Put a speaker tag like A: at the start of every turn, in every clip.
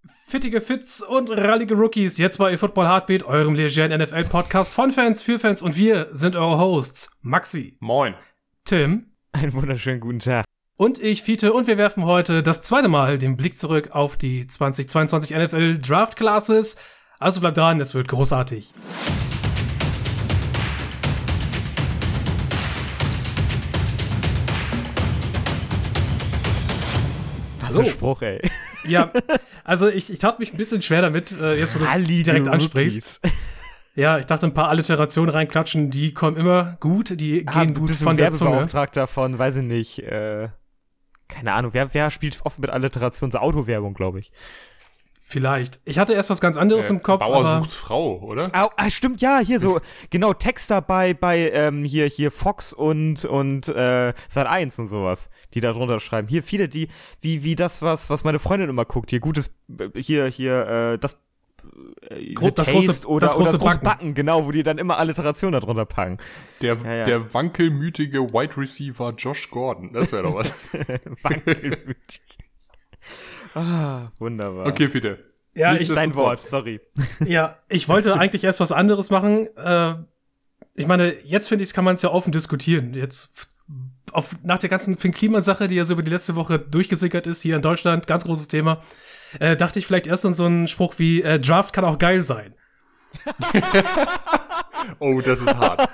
A: Fittige Fits und rallige Rookies, jetzt bei eFootball Heartbeat, eurem legeren NFL-Podcast von Fans für Fans, und wir sind eure Hosts, Maxi.
B: Moin.
A: Tim.
C: Einen wunderschönen guten Tag.
A: Und ich, Fiete, und wir werfen heute das zweite Mal den Blick zurück auf die 2022 NFL Draft Classes. Also bleibt dran, es wird großartig.
C: So. Spruch, ey.
A: Ja, also ich tat mich ein bisschen schwer damit, jetzt wo du es direkt ansprichst. Ja, ich dachte, ein paar Alliterationen reinklatschen, die kommen immer gut, die gehen gut von der Zunge.
C: Werbebeauftragter von, weiß ich nicht, keine Ahnung, wer spielt oft mit Alliterationen? So Autowerbung, glaube ich.
A: Vielleicht. Ich hatte erst was ganz anderes im Kopf,
B: Bauer
A: aber...
B: sucht Frau, oder?
C: Stimmt, ja, hier so, genau, Texter bei hier Fox und Sat.1 und sowas, die da drunter schreiben. Hier viele, die, wie das, was meine Freundin immer guckt, hier gutes, das große Backen, genau, wo die dann immer Alliterationen da drunter packen.
B: Der wankelmütige Wide Receiver Josh Gordon, das wäre doch was.
C: Wankelmütig. Wunderbar.
B: Okay, Fiete.
A: Ja,
C: dein Wort, sorry.
A: Ja, ich wollte eigentlich erst was anderes machen. Ich meine, jetzt finde ich, kann man es ja offen diskutieren. Jetzt nach der ganzen Finn-Kliman-Sache, die ja so über die letzte Woche durchgesickert ist, hier in Deutschland, ganz großes Thema, dachte ich vielleicht erst an so einen Spruch wie, Draft kann auch geil sein.
B: Oh, das ist hart.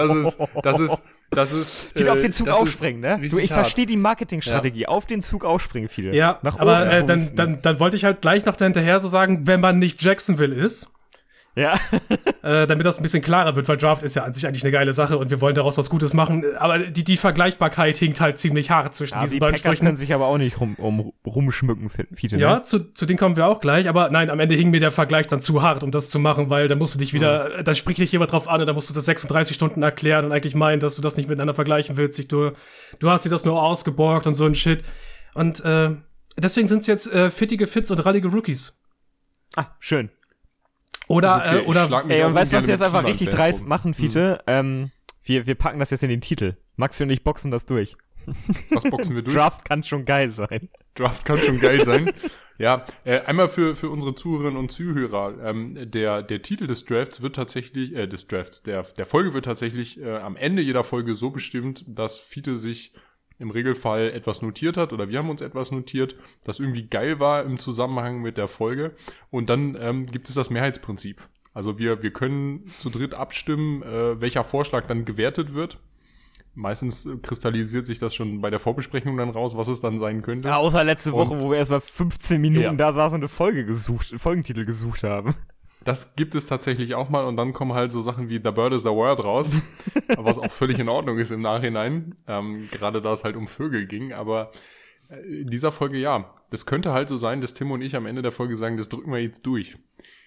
B: Das ist
C: Viel auf den Zug aufspringen, ne? Ich verstehe die Marketingstrategie.
B: Ja.
C: Auf den Zug aufspringen, viele.
A: Ja,
C: nach
A: aber
C: oben,
A: dann wollte ich halt gleich noch dahinterher so sagen, wenn man nicht Jacksonville ist.
C: Ja.
A: Damit das ein bisschen klarer wird, weil Draft ist ja an sich eigentlich eine geile Sache und wir wollen daraus was Gutes machen. Aber die Vergleichbarkeit hinkt halt ziemlich hart zwischen diesen beiden Sprüchen.
C: Die Packers können sich aber auch nicht rumschmücken, Fiete, ne?
A: Ja, zu denen kommen wir auch gleich. Aber nein, am Ende hing mir der Vergleich dann zu hart, um das zu machen, weil dann musst du dich wieder, dann spricht dich jemand drauf an und dann musst du das 36 Stunden erklären und eigentlich meinen, dass du das nicht miteinander vergleichen willst. Du hast dir das nur ausgeborgt und so ein Shit. Und deswegen sind es jetzt fittige Fits und rallige Rookies.
C: Schön.
A: Oder
C: und weißt du, was wir jetzt einfach richtig dreist machen, Fiete? Wir packen das jetzt in den Titel. Maxi und ich boxen das durch.
B: Was boxen wir durch?
C: Draft kann schon geil sein.
B: Draft kann schon geil sein. Ja, einmal für unsere Zuhörerinnen und Zuhörer. Der Titel des Drafts wird tatsächlich, der Folge wird tatsächlich am Ende jeder Folge so bestimmt, dass Fiete sich im Regelfall etwas notiert hat, oder wir haben uns etwas notiert, das irgendwie geil war im Zusammenhang mit der Folge. Und dann gibt es das Mehrheitsprinzip. Also wir können zu dritt abstimmen, welcher Vorschlag dann gewertet wird. Meistens kristallisiert sich das schon bei der Vorbesprechung dann raus, was es dann sein könnte.
C: Ja, außer letzte Woche, wo wir erst mal 15 Minuten da saßen und einen Folgentitel gesucht haben.
B: Das gibt es tatsächlich auch mal, und dann kommen halt so Sachen wie The Bird is the Word raus, was auch völlig in Ordnung ist im Nachhinein, gerade da es halt um Vögel ging, aber in dieser Folge ja, das könnte halt so sein, dass Tim und ich am Ende der Folge sagen, das drücken wir jetzt durch.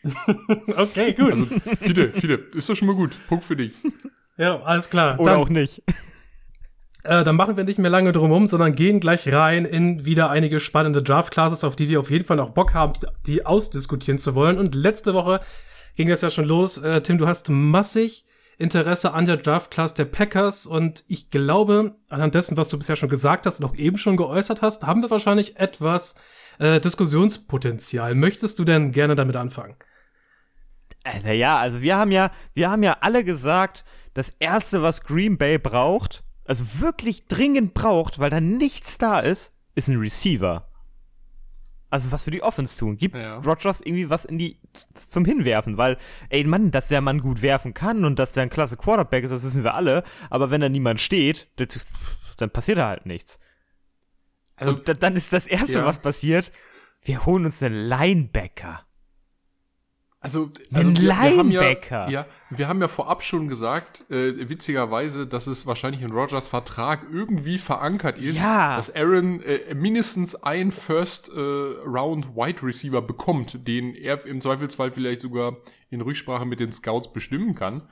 A: Okay, gut.
B: Also viele, ist doch schon mal gut, Punkt für dich.
A: Ja, alles klar.
C: Oder auch nicht.
A: Dann machen wir nicht mehr lange drum rum, sondern gehen gleich rein in wieder einige spannende Draft-Classes, auf die wir auf jeden Fall noch Bock haben, die ausdiskutieren zu wollen. Und letzte Woche ging das ja schon los. Tim, du hast massig Interesse an der Draft-Class der Packers, und ich glaube, anhand dessen, was du bisher schon gesagt hast und auch eben schon geäußert hast, haben wir wahrscheinlich etwas Diskussionspotenzial. Möchtest du denn gerne damit anfangen?
C: Ja, also wir haben ja alle gesagt, das Erste, was Green Bay braucht, also wirklich dringend braucht, weil da nichts da ist ein Receiver. Also was für die Offense tun. Gibt Rodgers irgendwie was zum Hinwerfen, weil, dass der Mann gut werfen kann und dass der ein klasse Quarterback ist, das wissen wir alle, aber wenn da niemand steht, dann passiert da halt nichts. Also dann ist das Erste, was passiert, wir holen uns einen Linebacker.
B: Also
C: Linebacker.
B: Wir haben ja vorab schon gesagt, witzigerweise, dass es wahrscheinlich in Rodgers Vertrag irgendwie verankert ist, dass Aaron mindestens ein First-Round Wide Receiver bekommt, den er im Zweifelsfall vielleicht sogar in Rücksprache mit den Scouts bestimmen kann.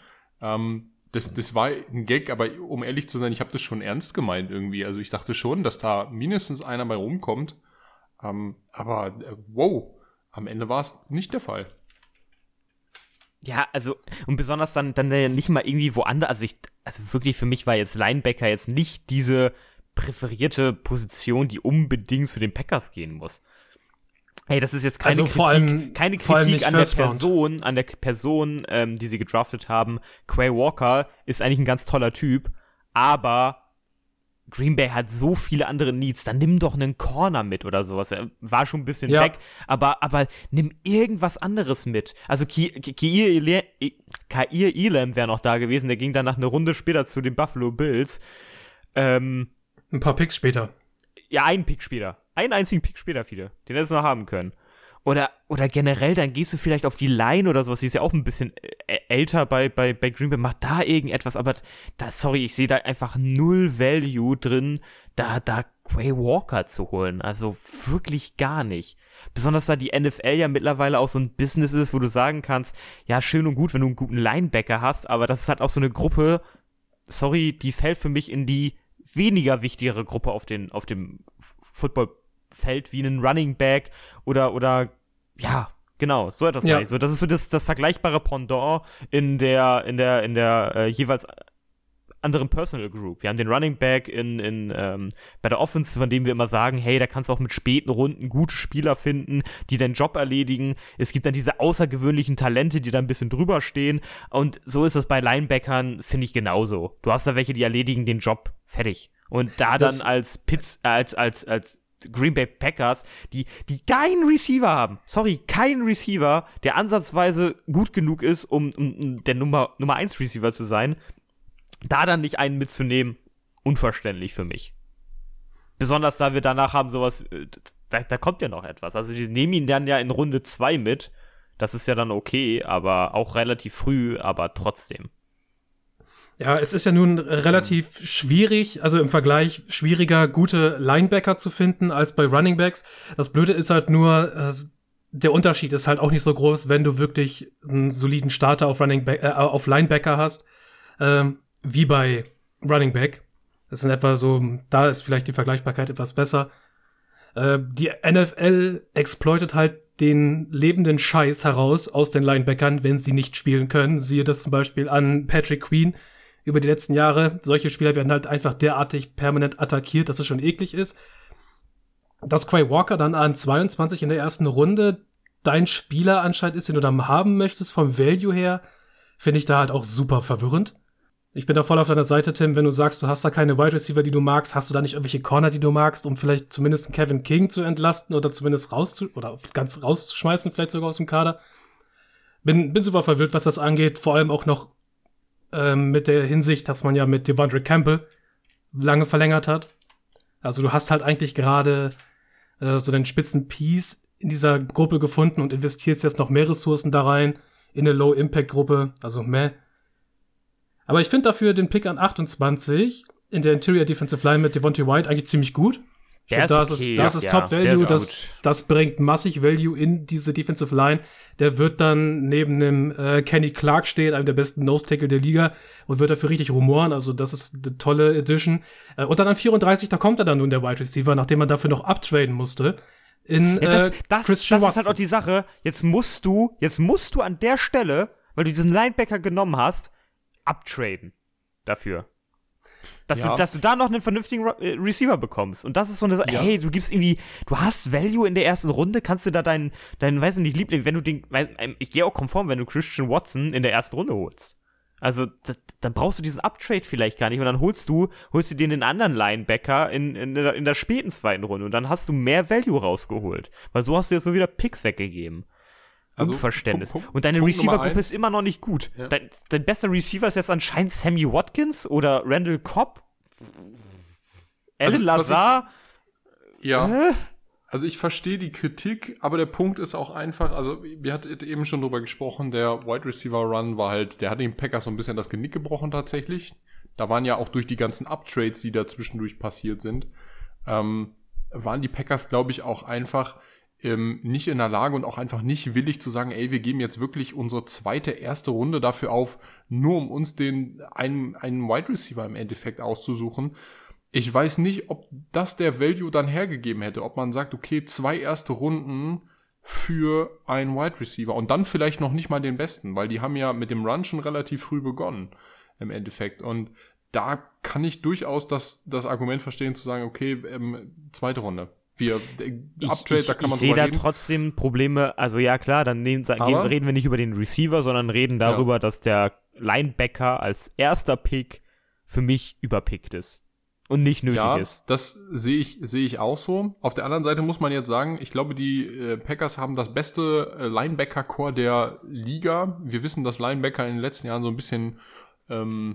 B: Das war ein Gag, aber um ehrlich zu sein, ich habe das schon ernst gemeint irgendwie. Also ich dachte schon, dass da mindestens einer bei rumkommt. Aber am Ende war es nicht der Fall.
C: Ja, also, und besonders dann nicht mal irgendwie woanders, also wirklich für mich war jetzt Linebacker jetzt nicht diese präferierte Position, die unbedingt zu den Packers gehen muss. Hey, das ist jetzt keine Kritik, keine Kritik an der Person, die sie gedraftet haben. Quay Walker ist eigentlich ein ganz toller Typ, aber Green Bay hat so viele andere Needs, dann nimm doch einen Corner mit oder sowas. Er war schon ein bisschen weg, aber nimm irgendwas anderes mit. Also Kair Elam wäre noch da gewesen, der ging dann nach einer Runde später zu den Buffalo Bills.
A: Ein paar Picks später.
C: Ja, einen Pick später. Einen einzigen Pick später wieder. Den hättest du noch haben können. Oder generell, dann gehst du vielleicht auf die Line oder sowas. Die ist ja auch ein bisschen älter bei Green Bay. Mach da irgendetwas. Aber sorry, ich sehe da einfach null Value drin, da Quay Walker zu holen. Also wirklich gar nicht. Besonders da die NFL ja mittlerweile auch so ein Business ist, wo du sagen kannst, ja, schön und gut, wenn du einen guten Linebacker hast, aber das ist halt auch so eine Gruppe, sorry, die fällt für mich in die weniger wichtigere Gruppe auf dem Footballfeld wie einen Running Back oder ja, genau, so etwas meine ich. So, das ist so das vergleichbare Pendant in der jeweils anderen Personal Group. Wir haben den Running Back bei der Offense, von dem wir immer sagen, hey, da kannst du auch mit späten Runden gute Spieler finden, die den Job erledigen. Es gibt dann diese außergewöhnlichen Talente, die da ein bisschen drüber stehen. Und so ist das bei Linebackern, finde ich, genauso. Du hast da welche, die erledigen den Job. Fertig. Und da dann als Green Bay Packers, die keinen Receiver haben. Sorry, keinen Receiver, der ansatzweise gut genug ist, um der Nummer 1 Receiver zu sein. Da dann nicht einen mitzunehmen, unverständlich für mich. Besonders da wir danach haben sowas, da kommt ja noch etwas. Also die nehmen ihn dann ja in Runde 2 mit. Das ist ja dann okay, aber auch relativ früh, aber trotzdem.
A: Ja, es ist ja nun relativ schwierig, also im Vergleich schwieriger, gute Linebacker zu finden als bei Running Backs. Das Blöde ist halt nur, der Unterschied ist halt auch nicht so groß, wenn du wirklich einen soliden Starter auf auf Linebacker hast, wie bei Running Back. Das ist in etwa so, da ist vielleicht die Vergleichbarkeit etwas besser. Die NFL exploitet halt den lebenden Scheiß heraus aus den Linebackern, wenn sie nicht spielen können. Siehe das zum Beispiel an Patrick Queen über die letzten Jahre. Solche Spieler werden halt einfach derartig permanent attackiert, dass es schon eklig ist. Dass Quay Walker dann an 22 in der ersten Runde dein Spieler anscheinend ist, den du dann haben möchtest, vom Value her, finde ich da halt auch super verwirrend. Ich bin da voll auf deiner Seite, Tim, wenn du sagst, du hast da keine Wide Receiver, die du magst, hast du da nicht irgendwelche Corner, die du magst, um vielleicht zumindest einen Kevin King zu entlasten oder zumindest ganz rauszuschmeißen, vielleicht sogar aus dem Kader. Bin super verwirrt, was das angeht, vor allem auch noch mit der Hinsicht, dass man ja mit Devondre Campbell lange verlängert hat. Also du hast halt eigentlich gerade so den Spitzen-Piece in dieser Gruppe gefunden und investierst jetzt noch mehr Ressourcen da rein in eine Low-Impact-Gruppe, also meh. Aber ich finde dafür den Pick an 28 in der Interior Defensive Line mit Devontae White eigentlich ziemlich gut. Das ist Top Value, das bringt massig Value in diese Defensive Line. Der wird dann neben dem Kenny Clark stehen, einem der besten Nose-Tackle der Liga, und wird dafür richtig rumoren. Also das ist eine tolle Addition. Und dann an 34, da kommt er dann nun, der Wide Receiver, nachdem man dafür noch uptraden musste. Das ist halt auch die Sache. Jetzt musst du an der Stelle, weil du diesen Linebacker genommen hast, uptraden dafür. Dass du da noch einen vernünftigen Receiver bekommst. Und das ist so eine Sache, hey, du hast Value in der ersten Runde, kannst du da deinen weiß nicht, Liebling, wenn du ich gehe auch konform, wenn du Christian Watson in der ersten Runde holst. Also, dann brauchst du diesen Uptrade vielleicht gar nicht und dann holst du dir den anderen Linebacker in der späten zweiten Runde und dann hast du mehr Value rausgeholt. Weil so hast du jetzt so wieder Picks weggegeben. Also, Unverständnis. Und deine Receiver-Gruppe ist immer noch nicht gut. Ja. Dein bester Receiver ist jetzt anscheinend Sammy Watkins oder Randall Cobb. Alan Lazar.
B: Also ich verstehe die Kritik, aber der Punkt ist auch einfach, also wir hatten eben schon drüber gesprochen, der Wide Receiver Run war halt, der hat den Packers so ein bisschen das Genick gebrochen tatsächlich. Da waren ja auch durch die ganzen Uptrades, die da zwischendurch passiert sind, waren die Packers, glaube ich, auch einfach nicht in der Lage und auch einfach nicht willig zu sagen, ey, wir geben jetzt wirklich unsere erste Runde dafür auf, nur um uns einen Wide Receiver im Endeffekt auszusuchen. Ich weiß nicht, ob das der Value dann hergegeben hätte, ob man sagt, okay, 2 erste Runden für einen Wide Receiver und dann vielleicht noch nicht mal den besten, weil die haben ja mit dem Run schon relativ früh begonnen im Endeffekt und da kann ich durchaus das Argument verstehen zu sagen, okay, zweite Runde. Uptrade, da kann man
C: Ich sehe da
B: reden.
C: trotzdem Probleme. Also ja, klar, dann reden wir nicht über den Receiver, sondern reden darüber, dass der Linebacker als erster Pick für mich überpickt ist und nicht nötig ist.
B: Das sehe ich auch so. Auf der anderen Seite muss man jetzt sagen, ich glaube, die Packers haben das beste Linebacker-Core der Liga. Wir wissen, dass Linebacker in den letzten Jahren so ein bisschen an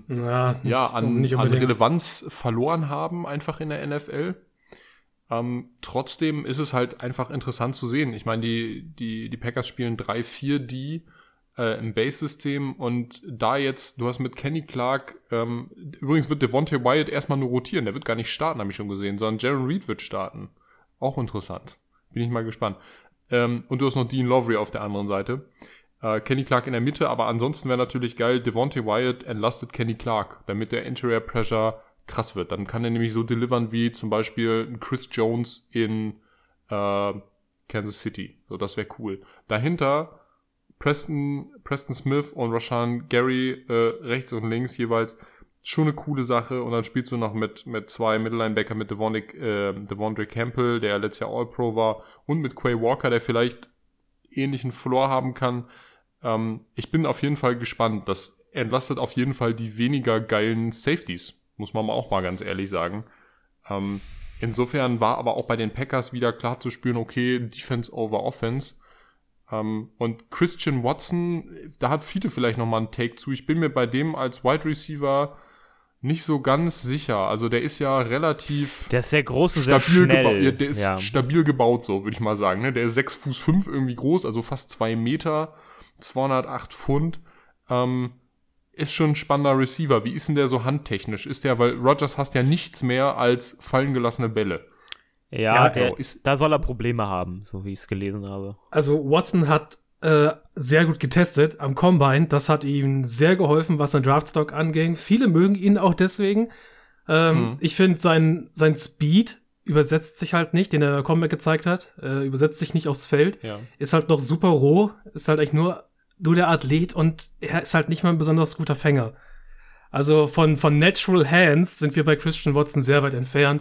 B: Relevanz verloren haben, einfach in der NFL. Trotzdem ist es halt einfach interessant zu sehen. Ich meine, die Packers spielen 3-4-D im Base-System und da jetzt, du hast mit Kenny Clark, übrigens wird Devontae Wyatt erstmal nur rotieren, der wird gar nicht starten, habe ich schon gesehen, sondern Jaron Reed wird starten. Auch interessant. Bin ich mal gespannt. Und du hast noch Dean Lowry auf der anderen Seite. Kenny Clark in der Mitte, aber ansonsten wäre natürlich geil, Devontae Wyatt entlastet Kenny Clark, damit der Interior Pressure krass wird. Dann kann er nämlich so delivern wie zum Beispiel Chris Jones in Kansas City. So, das wäre cool. Dahinter Preston Smith und Rashan Gary rechts und links jeweils. Schon eine coole Sache. Und dann spielst du noch mit zwei Middle-Linebacker, mit Devondre Campbell, der ja letztes Jahr All-Pro war, und mit Quay Walker, der vielleicht ähnlichen Floor haben kann. Ich bin auf jeden Fall gespannt. Das entlastet auf jeden Fall die weniger geilen Safeties, muss man auch mal ganz ehrlich sagen. Insofern war aber auch bei den Packers wieder klar zu spüren, okay, Defense over Offense. Und Christian Watson, da hat Fiete vielleicht nochmal einen Take zu. Ich bin mir bei dem als Wide Receiver nicht so ganz sicher. Also der ist ja relativ...
C: Der ist sehr groß und sehr schnell.
B: Ja, der ist stabil gebaut, so würde ich mal sagen. Ne? Der ist 6'5" irgendwie groß, also fast 2 Meter, 208 Pfund. Ist schon ein spannender Receiver. Wie ist denn der so handtechnisch? Ist der, weil Rodgers hasst ja nichts mehr als fallen gelassene Bälle.
C: Ja, da soll er Probleme haben, so wie ich es gelesen habe.
A: Also Watson hat sehr gut getestet am Combine. Das hat ihm sehr geholfen, was sein Draftstock anging. Viele mögen ihn auch deswegen. Ich finde, sein Speed übersetzt sich halt nicht, den er Comeback gezeigt hat. Übersetzt sich nicht aufs Feld.
B: Ja.
A: Ist halt noch super roh. Ist halt eigentlich nur der Athlet und er ist halt nicht mal ein besonders guter Fänger. Also von Natural Hands sind wir bei Christian Watson sehr weit entfernt.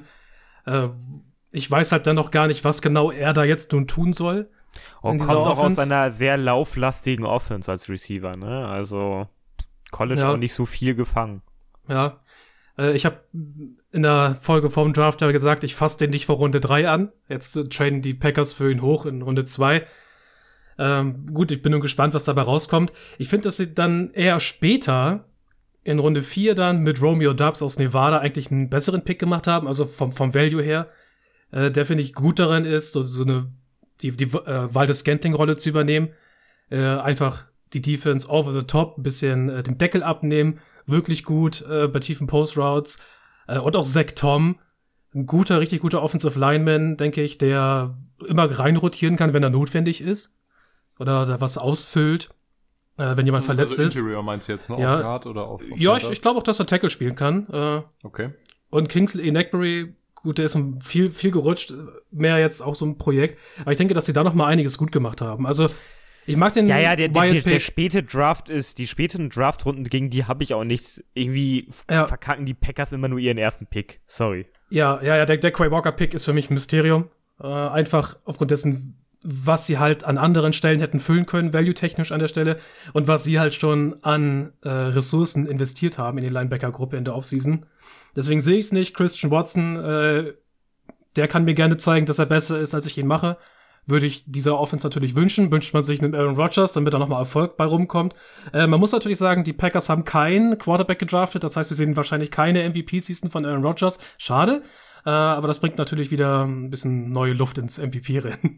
A: Ich weiß halt dann noch gar nicht, was genau er da jetzt nun tun soll.
C: Kommt auch aus einer sehr lauflastigen Offense als Receiver, ne? Also College auch nicht so viel gefangen.
A: Ja. Ich habe in der Folge vorm Draft ja gesagt, ich fasse den nicht vor Runde 3 an. Jetzt traden die Packers für ihn hoch in Runde 2. Gut, ich bin nun gespannt, was dabei rauskommt. Ich finde, dass sie dann eher später in Runde 4 dann mit Romeo Doubs aus Nevada eigentlich einen besseren Pick gemacht haben, also vom Value her. Der, finde ich, gut darin ist, so eine die Valdes-Scantling-Rolle zu übernehmen. Einfach die Defense over the top, ein bisschen den Deckel abnehmen. Wirklich gut bei tiefen Post-Routes. Und auch Zach Tom, ein richtig guter Offensive Lineman, denke ich, der immer reinrotieren kann, wenn er notwendig ist. Oder da was ausfüllt, wenn jemand verletzt ist.
B: Interior meinst du jetzt, ne?
A: Ja.
B: Auf Guard oder auf
A: Ja, ich glaube auch, dass er Tackle spielen kann.
B: Okay.
A: Und Kingsley Enagbary, gut, der ist viel gerutscht, mehr jetzt auch so ein Projekt. Aber ich denke, dass sie da noch mal einiges gut gemacht haben. Also, ich mag den
C: der späte Draft die späten Draftrunden, gegen die habe ich auch nichts. Irgendwie verkacken die Packers immer nur ihren ersten Pick. Sorry.
A: Ja, der Quay Walker-Pick ist für mich ein Mysterium. Einfach aufgrund dessen, was sie halt an anderen Stellen hätten füllen können, value-technisch an der Stelle, und was sie halt schon an Ressourcen investiert haben in die Linebacker-Gruppe in der Offseason. Deswegen sehe ich es nicht. Christian Watson, der kann mir gerne zeigen, dass er besser ist, als ich ihn mache. Würde ich dieser Offense natürlich wünschen. Wünscht man sich einen Aaron Rodgers, damit da nochmal Erfolg bei rumkommt. Man muss natürlich sagen, die Packers haben keinen Quarterback gedraftet. Das heißt, wir sehen wahrscheinlich keine MVP-Season von Aaron Rodgers. Schade. Aber das bringt natürlich wieder ein bisschen neue Luft ins MVP-Rennen.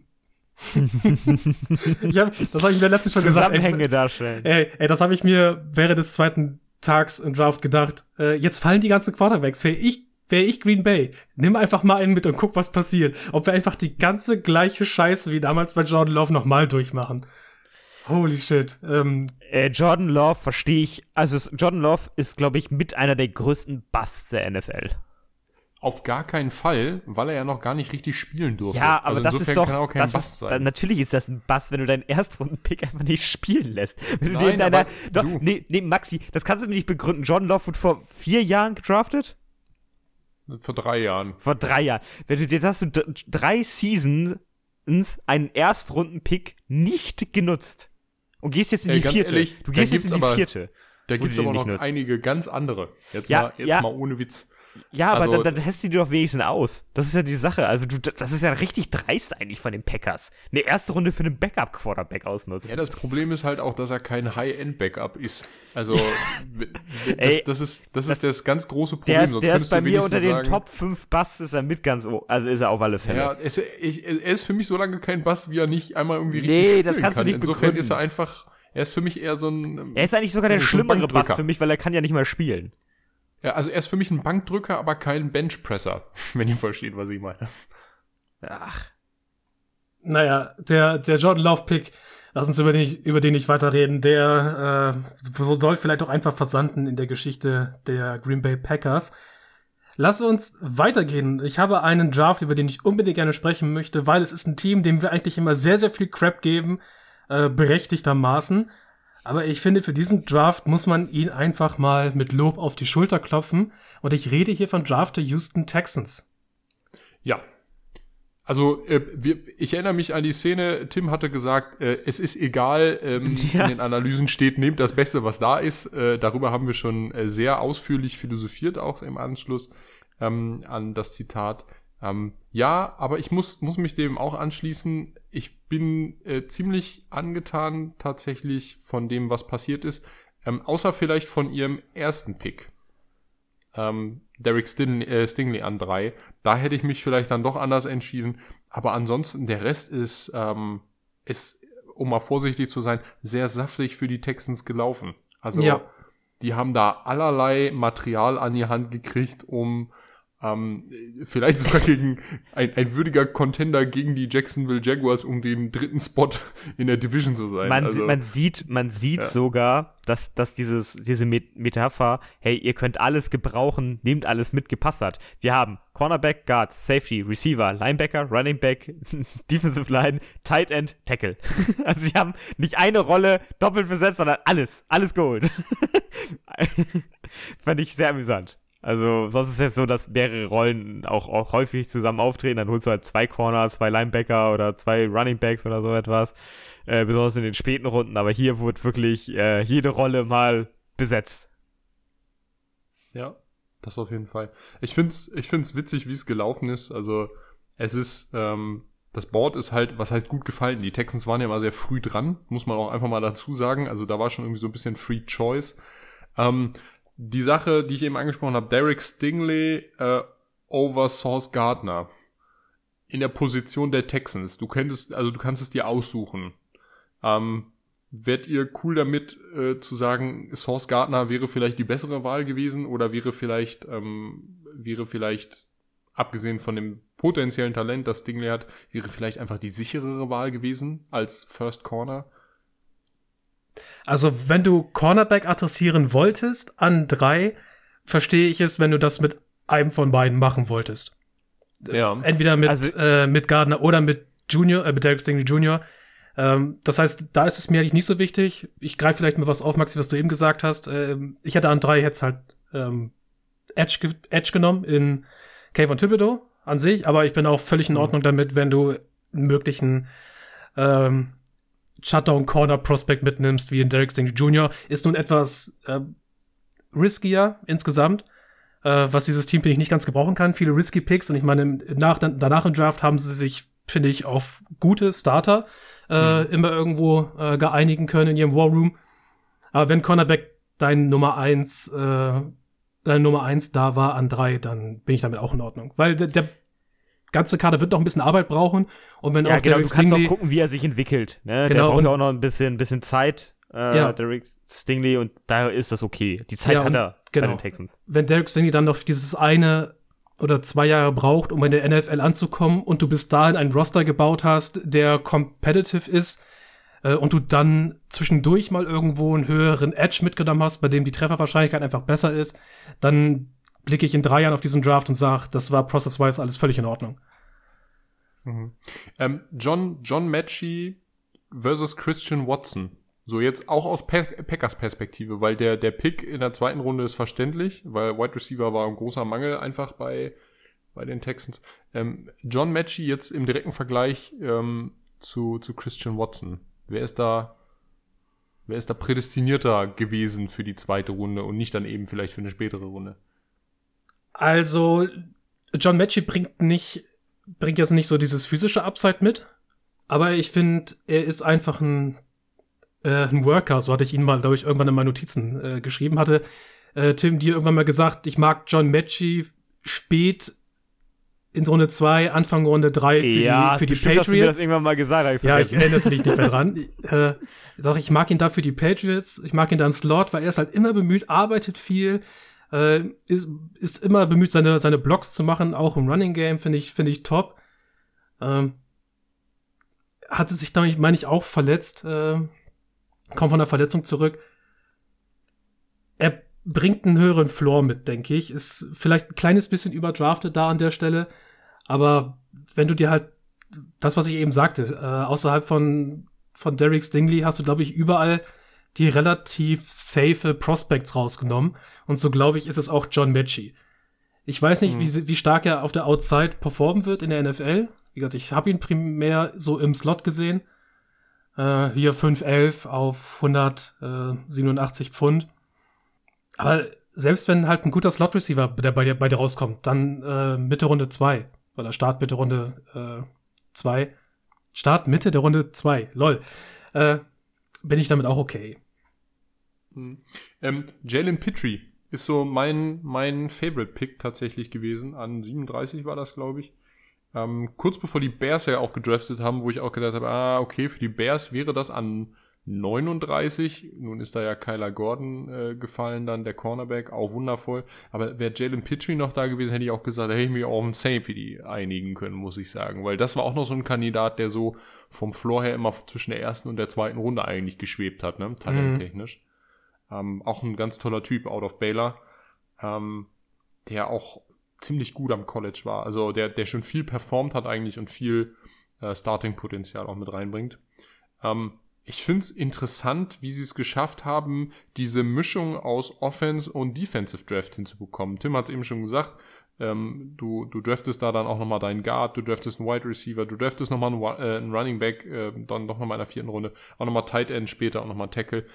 A: Das habe ich mir letztens schon gesagt.
C: Zusammenhänge darstellen.
A: Ey, das habe ich mir während des zweiten Tags im Draft gedacht. Jetzt fallen die ganzen Quarterbacks. Wäre ich Green Bay, nimm einfach mal einen mit und guck, was passiert. Ob wir einfach die ganze gleiche Scheiße wie damals bei Jordan Love nochmal durchmachen. Holy shit.
C: Jordan Love verstehe ich. Also Jordan Love ist, glaube ich, mit einer der größten Busts der NFL.
B: Auf gar keinen Fall, weil er ja noch gar nicht richtig spielen durfte.
C: Ja, aber
B: also
C: das ist doch,
B: kann auch kein Bust sein.
C: Natürlich ist das ein Bust, wenn du deinen Erstrunden-Pick einfach nicht spielen lässt. Wenn du
B: Nein,
C: den Nee, Maxi, das kannst du mir nicht begründen. Jordan Love wurde vor 4 Jahren gedraftet?
B: Vor 3 Jahren.
C: Vor 3 Jahren. Jetzt hast du 3 Seasons einen Erstrunden-Pick nicht genutzt. Und gehst jetzt in die 4.
B: Ehrlich,
C: du gehst jetzt in die 4.
B: Da gibt es aber noch einige ganz andere. Jetzt mal ohne Witz.
C: Ja, aber also, dann hättest du die doch wenigstens aus. Das ist ja die Sache. Also das ist ja richtig dreist eigentlich von den Packers. Eine erste Runde für einen Backup-Quarterback ausnutzen.
B: Ja, das Problem ist halt auch, dass er kein High-End-Backup ist. Also das ist das ganz große Problem.
C: Der ist bei mir unter den Top 5 Busts, ist er mit ganz also ist er auf alle Fälle.
B: Ja, er ist für mich so lange kein Bust, wie er nicht einmal irgendwie richtig spielen
C: das kannst
B: kann.
C: Du nicht
B: Insofern
C: begründen.
B: Ist er ist für mich eher so ein...
C: Er ist eigentlich sogar der schlimmere Bust für mich, weil er kann ja nicht mal spielen.
B: Ja, also er ist für mich ein Bankdrücker, aber kein Benchpresser, wenn ihr versteht, was ich meine.
C: Ach.
A: Naja, der Jordan Love-Pick, lass uns über den nicht weiterreden, der soll vielleicht auch einfach versanden in der Geschichte der Green Bay Packers. Lass uns weitergehen. Ich habe einen Draft, über den ich unbedingt gerne sprechen möchte, weil es ist ein Team, dem wir eigentlich immer sehr, sehr viel Crap geben, berechtigtermaßen. Aber ich finde, für diesen Draft muss man ihn einfach mal mit Lob auf die Schulter klopfen. Und ich rede hier von Draft der Houston Texans.
B: Ja. Also, ich erinnere mich an die Szene, Tim hatte gesagt, es ist egal, in den Analysen steht, nehmt das Beste, was da ist. Darüber haben wir schon sehr ausführlich philosophiert, auch im Anschluss an das Zitat. Ja, aber ich muss mich dem auch anschließen. Ich bin ziemlich angetan tatsächlich von dem, was passiert ist. Außer vielleicht von ihrem ersten Pick. Derek Stingley an 3. Da hätte ich mich vielleicht dann doch anders entschieden. Aber ansonsten, der Rest ist, um mal vorsichtig zu sein, sehr saftig für die Texans gelaufen. Also, die haben da allerlei Material an die Hand gekriegt, um vielleicht sogar gegen ein würdiger Contender gegen die Jacksonville Jaguars, um den 3. Spot in der Division zu sein.
C: Man sieht sogar, dass diese Metapher, hey, ihr könnt alles gebrauchen, nehmt alles mit, gepasst hat. Wir haben Cornerback, Guard, Safety, Receiver, Linebacker, Running Back, Defensive Line, Tight End, Tackle. Also sie haben nicht eine Rolle doppelt besetzt, sondern alles geholt. Fand ich sehr amüsant. Also sonst ist es jetzt so, dass mehrere Rollen auch häufig zusammen auftreten. Dann holst du halt 2 Corner, 2 Linebacker oder 2 Running Backs oder so etwas. Besonders in den späten Runden. Aber hier wurde wirklich jede Rolle mal besetzt.
B: Ja, das auf jeden Fall. Ich find's witzig, wie es gelaufen ist. Also es ist, das Board ist halt, was heißt gut gefallen. Die Texans waren ja mal sehr früh dran, muss man auch einfach mal dazu sagen. Also da war schon irgendwie so ein bisschen Free Choice. Die Sache, die ich eben angesprochen habe, Derek Stingley over Sauce Gardner in der Position der Texans. Du kannst es dir aussuchen. Wärt ihr cool damit zu sagen, Sauce Gardner wäre vielleicht die bessere Wahl gewesen oder wäre vielleicht abgesehen von dem potenziellen Talent, das Stingley hat, wäre vielleicht einfach die sicherere Wahl gewesen als First Corner?
A: Also, wenn du Cornerback adressieren wolltest an 3, verstehe ich es, wenn du das mit einem von beiden machen wolltest.
B: Ja.
A: Entweder mit Gardner oder mit Derek Stingley Jr. Das heißt, da ist es mir eigentlich nicht so wichtig. Ich greife vielleicht mal was auf, Maxi, was du eben gesagt hast. Ich hätte an 3 jetzt halt Edge genommen in Kayvon Thibodeau an sich, aber ich bin auch völlig in Ordnung damit, wenn du einen möglichen Shutdown-Corner-Prospect mitnimmst, wie in Derek Stingley Jr., ist nun etwas riskier insgesamt, was dieses Team, finde ich, nicht ganz gebrauchen kann. Viele risky Picks und ich meine, danach im Draft haben sie sich, finde ich, auf gute Starter immer irgendwo geeinigen können in ihrem War Room. Aber wenn Cornerback deine Nummer 1 da war an 3, dann bin ich damit auch in Ordnung. Weil der ganze Kader wird noch ein bisschen Arbeit brauchen. Und wenn auch
C: Derek Stingley, du kannst auch gucken, wie er sich entwickelt. Ne?
A: Genau,
C: der braucht ja auch noch ein bisschen Zeit, Derek Stingley, und daher ist das okay. Die Zeit hat er bei den Texans.
A: Wenn Derek Stingley dann noch dieses 1 oder 2 Jahre braucht, um in der NFL anzukommen und du bis dahin einen Roster gebaut hast, der competitive ist und du dann zwischendurch mal irgendwo einen höheren Edge mitgenommen hast, bei dem die Trefferwahrscheinlichkeit einfach besser ist, dann blicke ich in 3 Jahren auf diesen Draft und sage, das war process-wise alles völlig in Ordnung.
B: John Mechie versus Christian Watson. So jetzt auch aus Packers Perspektive, weil der Pick in der zweiten Runde ist verständlich, weil Wide Receiver war ein großer Mangel einfach bei den Texans. John Mechie jetzt im direkten Vergleich zu Christian Watson. Wer ist da prädestinierter gewesen für die zweite Runde und nicht dann eben vielleicht für eine spätere Runde?
A: Also, John Mechie bringt jetzt nicht so dieses physische Upside mit, aber ich finde, er ist einfach ein Worker, so hatte ich ihn mal, glaube ich, irgendwann in meinen Notizen geschrieben. Hatte Tim dir irgendwann mal gesagt, ich mag John Mechie spät in Runde 2, Anfang Runde 3 für die Patriots.
C: Hast du mir das irgendwann mal gesagt.
A: Ja, ich erinnere dich nicht mehr dran. Ich mag ihn da für die Patriots, ich mag ihn da im Slot, weil er ist halt immer bemüht, arbeitet viel, ist immer bemüht, seine Blocks zu machen, auch im Running Game, finde ich top. Hatte sich damit, meine ich, auch verletzt, kommt von der Verletzung zurück. Er bringt einen höheren Floor mit, denke ich. Ist vielleicht ein kleines bisschen überdraftet da an der Stelle. Aber wenn du dir halt das, was ich eben sagte, außerhalb von Derek Stingley hast du, glaube ich, überall die relativ safe Prospects rausgenommen. Und so, glaube ich, ist es auch John Mechie. Ich weiß nicht, wie stark er auf der Outside performen wird in der NFL. Wie gesagt, ich habe ihn primär so im Slot gesehen. Hier 5'11 auf 187 Pfund. Aber selbst wenn halt ein guter Slot-Receiver bei dir rauskommt, dann Mitte Runde 2 oder Start Mitte Runde 2. Start Mitte der Runde 2, lol. Bin ich damit auch okay.
B: Jalen Pitre ist so mein Favorite-Pick tatsächlich gewesen. An 37 war das, glaube ich. Kurz bevor die Bears ja auch gedraftet haben, wo ich auch gedacht habe, okay, für die Bears wäre das an 39. Nun ist da ja Kyler Gordon gefallen dann, der Cornerback, auch wundervoll. Aber wäre Jalen Pitre noch da gewesen, hätte ich auch gesagt, da hätte ich mich auch auf einen Safety einigen können, muss ich sagen. Weil das war auch noch so ein Kandidat, der so vom Floor her immer zwischen der ersten und der zweiten Runde eigentlich geschwebt hat, ne, talenttechnisch. Auch ein ganz toller Typ, out of Baylor, der auch ziemlich gut am College war. Also der schon viel performt hat eigentlich und viel Starting-Potenzial auch mit reinbringt. Ich finde es interessant, wie sie es geschafft haben, diese Mischung aus Offense und Defensive Draft hinzubekommen. Tim hat es eben schon gesagt, du draftest da dann auch nochmal deinen Guard, du draftest einen Wide Receiver, du draftest nochmal einen Running Back, dann doch nochmal in der 4. Runde, auch nochmal Tight End später, auch nochmal Tackle.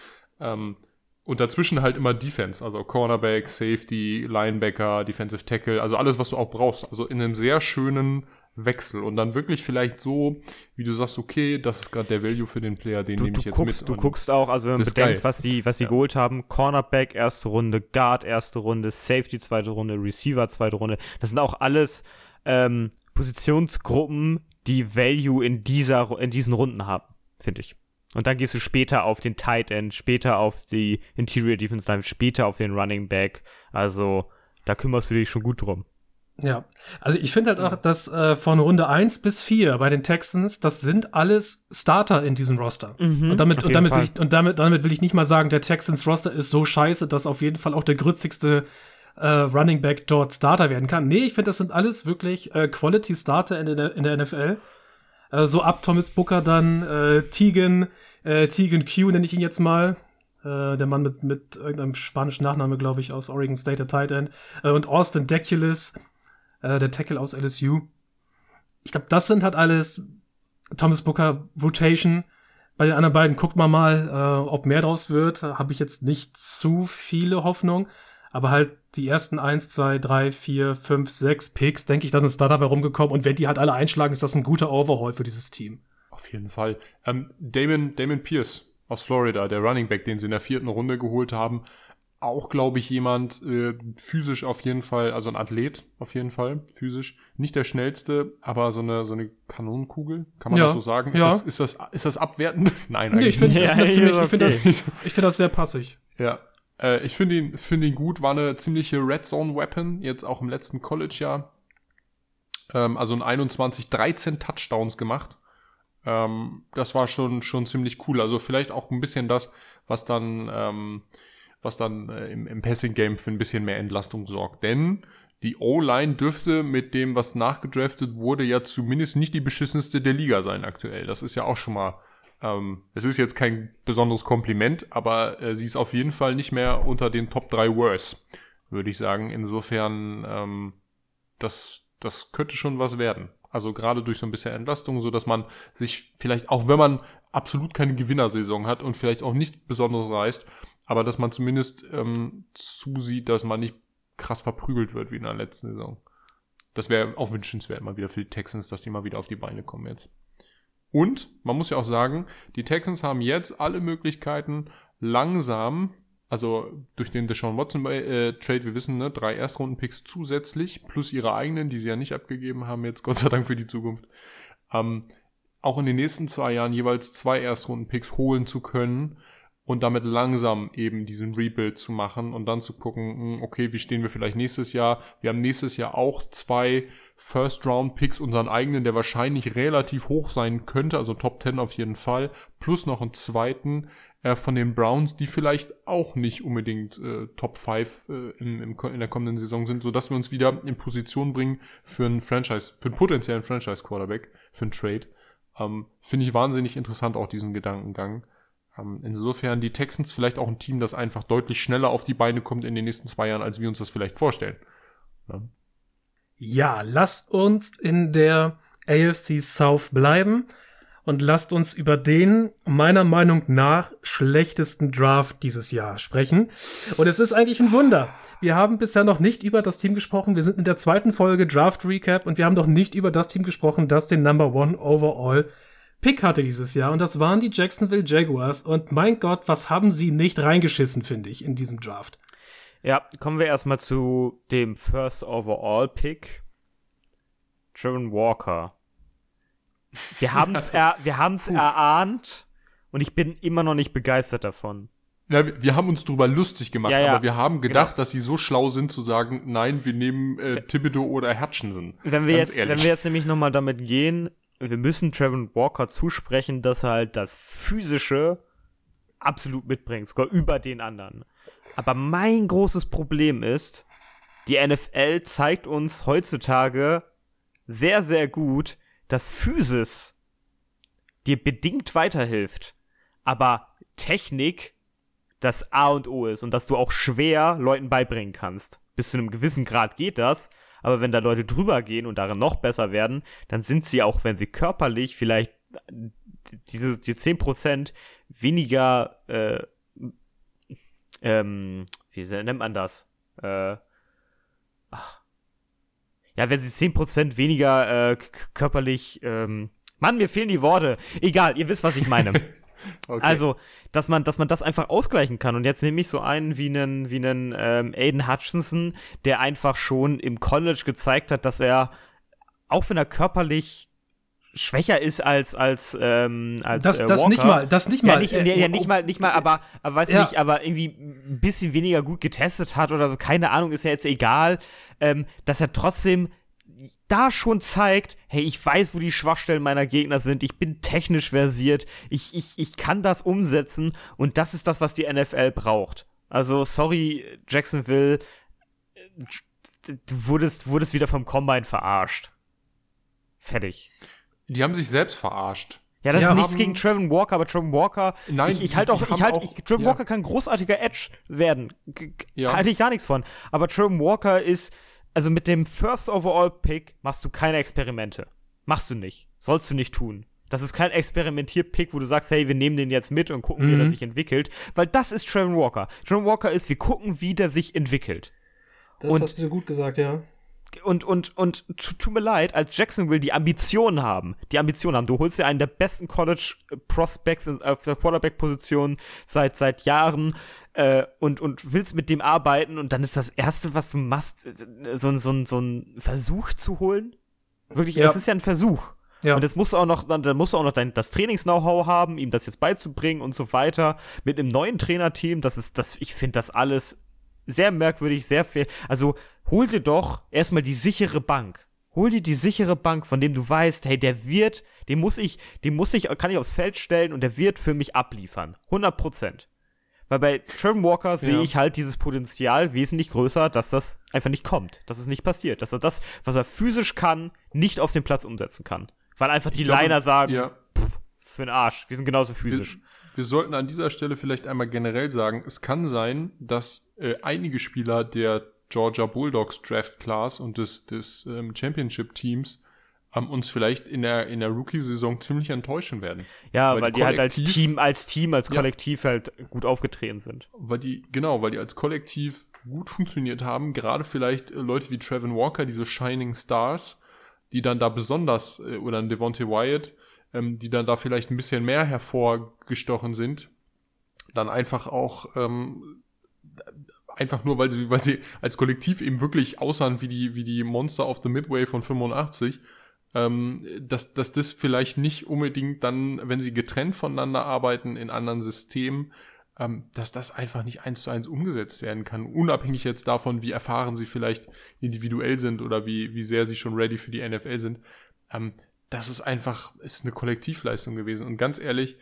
B: Und dazwischen halt immer Defense, also Cornerback, Safety, Linebacker, Defensive Tackle, also alles, was du auch brauchst. Also in einem sehr schönen Wechsel und dann wirklich vielleicht so, wie du sagst, okay, das ist gerade der Value für den Player, den nehme ich jetzt mit.
C: Du guckst auch, also wenn man bedenkt, was sie geholt haben, Cornerback 1. Runde, Guard 1. Runde, Safety 2. Runde, Receiver 2. Runde, das sind auch alles Positionsgruppen, die Value in diesen Runden haben, finde ich. Und dann gehst du später auf den Tight End, später auf die Interior Defense Line, später auf den Running Back. Also da kümmerst du dich schon gut drum.
A: Ja, also ich finde halt auch, dass von Runde 1 bis 4 bei den Texans, das sind alles Starter in diesem Roster. Und damit will ich nicht mal sagen, der Texans Roster ist so scheiße, dass auf jeden Fall auch der grützigste Running Back dort Starter werden kann. Nee, ich finde, das sind alles wirklich Quality Starter in der NFL. So ab Thomas Booker dann Tegan Q nenne ich ihn jetzt mal. Der Mann mit irgendeinem spanischen Nachname, glaube ich, aus Oregon State, der Tight End. Und Austin Deculis, der Tackle aus LSU. Ich glaube, das sind halt alles Thomas Booker Rotation. Bei den anderen beiden guckt man mal, ob mehr draus wird. Habe ich jetzt nicht zu viele Hoffnung. Aber halt die ersten 1, 2, 3, 4, 5, 6 Picks, denke ich, da sind Starter bei rumgekommen. Und wenn die halt alle einschlagen, ist das ein guter Overhaul für dieses Team.
B: Auf jeden Fall. Damon Pierce aus Florida, der Running Back, den sie in der 4. Runde geholt haben. Auch, glaube ich, jemand physisch auf jeden Fall, also ein Athlet auf jeden Fall, physisch. Nicht der schnellste, aber so eine Kanonenkugel, kann man das so sagen?
A: Ja.
B: Ist das abwertend? Nein, eigentlich
A: nicht.
B: Ich
A: finde das sehr passig.
B: Ja. Ich finde ihn gut, war eine ziemliche Red Zone Weapon, jetzt auch im letzten College-Jahr. Also ein 13 Touchdowns gemacht. Das war schon ziemlich cool. Also vielleicht auch ein bisschen das, was dann im Passing-Game für ein bisschen mehr Entlastung sorgt. Denn die O-Line dürfte mit dem, was nachgedraftet wurde, ja zumindest nicht die beschissenste der Liga sein aktuell. Das ist ja auch schon mal Es ist jetzt kein besonderes Kompliment, aber sie ist auf jeden Fall nicht mehr unter den Top 3 Worst, würde ich sagen. Insofern, das könnte schon was werden. Also gerade durch so ein bisschen Entlastung, so dass man sich vielleicht, auch wenn man absolut keine Gewinnersaison hat und vielleicht auch nicht besonders reißt, aber dass man zumindest zusieht, dass man nicht krass verprügelt wird wie in der letzten Saison. Das wäre auch wünschenswert mal wieder für die Texans, dass die mal wieder auf die Beine kommen jetzt. Und man muss ja auch sagen, die Texans haben jetzt alle Möglichkeiten langsam, also durch den Deshaun Watson Trade, wir wissen, 3 Erstrunden-Picks zusätzlich, plus ihre eigenen, die sie ja nicht abgegeben haben, jetzt Gott sei Dank für die Zukunft, auch in den nächsten 2 Jahren jeweils 2 Erstrunden-Picks holen zu können und damit langsam eben diesen Rebuild zu machen und dann zu gucken, okay, wie stehen wir vielleicht nächstes Jahr? Wir haben nächstes Jahr auch 2 First-Round-Picks, unseren eigenen, der wahrscheinlich relativ hoch sein könnte, also Top 10 auf jeden Fall, plus noch einen zweiten von den Browns, die vielleicht auch nicht unbedingt Top 5 in der kommenden Saison sind, sodass wir uns wieder in Position bringen für einen potenziellen Franchise-Quarterback, für einen Trade. Finde ich wahnsinnig interessant, auch diesen Gedankengang. Insofern die Texans vielleicht auch ein Team, das einfach deutlich schneller auf die Beine kommt in den nächsten 2 Jahren, als wir uns das vielleicht vorstellen.
A: Ja, lasst uns in der AFC South bleiben und lasst uns über den, meiner Meinung nach, schlechtesten Draft dieses Jahr sprechen. Und es ist eigentlich ein Wunder. Wir haben bisher noch nicht über das Team gesprochen. Wir sind in der 2. Folge Draft Recap und wir haben noch nicht über das Team gesprochen, das den Number 1 Overall Pick hatte dieses Jahr. Und das waren die Jacksonville Jaguars. Und mein Gott, was haben sie nicht reingeschissen, finde ich, in diesem Draft.
C: Ja, kommen wir erstmal zu dem First Overall Pick. Trevor Walker. Wir haben's erahnt und ich bin immer noch nicht begeistert davon.
B: Ja, wir haben uns drüber lustig gemacht,
C: ja.
B: aber wir haben gedacht, dass sie so schlau sind zu sagen, nein, wir nehmen Thibodeau oder Hutchinson.
C: Wenn wir jetzt nämlich nochmal damit gehen, wir müssen Trevor Walker zusprechen, dass er halt das Physische absolut mitbringt, sogar über den anderen. Aber mein großes Problem ist, die NFL zeigt uns heutzutage sehr, sehr gut, dass Physis dir bedingt weiterhilft, aber Technik das A und O ist und dass du auch schwer Leuten beibringen kannst. Bis zu einem gewissen Grad geht das, aber wenn da Leute drüber gehen und darin noch besser werden, dann sind sie auch, wenn sie körperlich vielleicht die 10% weniger, wie nennt man das? Ja, wenn sie 10% weniger körperlich, Mann, mir fehlen die Worte. Egal, ihr wisst, was ich meine. Okay. Also, dass man das einfach ausgleichen kann. Und jetzt nehme ich so einen wie einen Aiden Hutchinson, der einfach schon im College gezeigt hat, dass er, auch wenn er körperlich schwächer ist als Walker.
A: Das nicht mal.
C: Nicht mal, aber weiß nicht, aber irgendwie ein bisschen weniger gut getestet hat oder so, keine Ahnung, ist ja jetzt egal, dass er trotzdem da schon zeigt, hey, ich weiß, wo die Schwachstellen meiner Gegner sind, ich bin technisch versiert, ich kann das umsetzen und das ist das, was die NFL braucht. Also, sorry, Jacksonville, du wurdest wieder vom Combine verarscht. Fertig.
B: Die haben sich selbst verarscht.
C: Ja, das ist nichts gegen Trevor Walker, aber Trevor Walker, Trevor Walker kann großartiger Edge werden. Halte ich gar nichts von. Aber Trevor Walker ist, also mit dem First Overall Pick machst du keine Experimente. Machst du nicht. Sollst du nicht tun. Das ist kein Experimentier-Pick, wo du sagst, hey, wir nehmen den jetzt mit und gucken, wie der sich entwickelt. Weil das ist Trevor Walker. Trevor Walker ist, wir gucken, wie der sich entwickelt.
A: Das hast du gut gesagt, ja.
C: Und tut mir leid, als Jacksonville die Ambitionen haben, du holst dir einen der besten College-Prospects auf der Quarterback-Position seit Jahren und willst mit dem arbeiten und dann ist das Erste, was du machst, so ein Versuch zu holen. Wirklich, es ist ja ein Versuch. Ja. Und dann musst du auch noch das Trainings-Know-how haben, ihm das jetzt beizubringen und so weiter. Mit einem neuen Trainerteam, ich finde das alles sehr merkwürdig, sehr viel. Also hol dir doch erstmal die sichere Bank. Hol dir die sichere Bank, von dem du weißt, hey, kann ich aufs Feld stellen und der wird für mich abliefern. 100%. Weil bei Trevor Walker sehe ich halt dieses Potenzial wesentlich größer, dass das einfach nicht kommt. Dass es nicht passiert. Dass er das, was er physisch kann, nicht auf dem Platz umsetzen kann. Weil einfach die Liner sagen, für den Arsch. Wir sind genauso physisch.
B: Wir sollten an dieser Stelle vielleicht einmal generell sagen, es kann sein, dass einige Spieler der Georgia Bulldogs Draft Class und des Championship Teams uns vielleicht in der Rookie-Saison ziemlich enttäuschen werden.
C: Ja, weil die halt als Team, als Kollektiv halt gut aufgetreten sind.
B: Weil die als Kollektiv gut funktioniert haben. Gerade vielleicht Leute wie Trevin Walker, diese Shining Stars, die dann da besonders, oder ein Devontae Wyatt, die dann da vielleicht ein bisschen mehr hervorgestochen sind. Dann einfach auch einfach nur, weil sie als Kollektiv eben wirklich aussahen wie die Monster of the Midway von 85, dass das vielleicht nicht unbedingt dann, wenn sie getrennt voneinander arbeiten in anderen Systemen, dass das einfach nicht 1:1 umgesetzt werden kann, unabhängig jetzt davon, wie erfahren sie vielleicht individuell sind oder wie sehr sie schon ready für die NFL sind. Das ist eine Kollektivleistung gewesen. Und ganz ehrlich,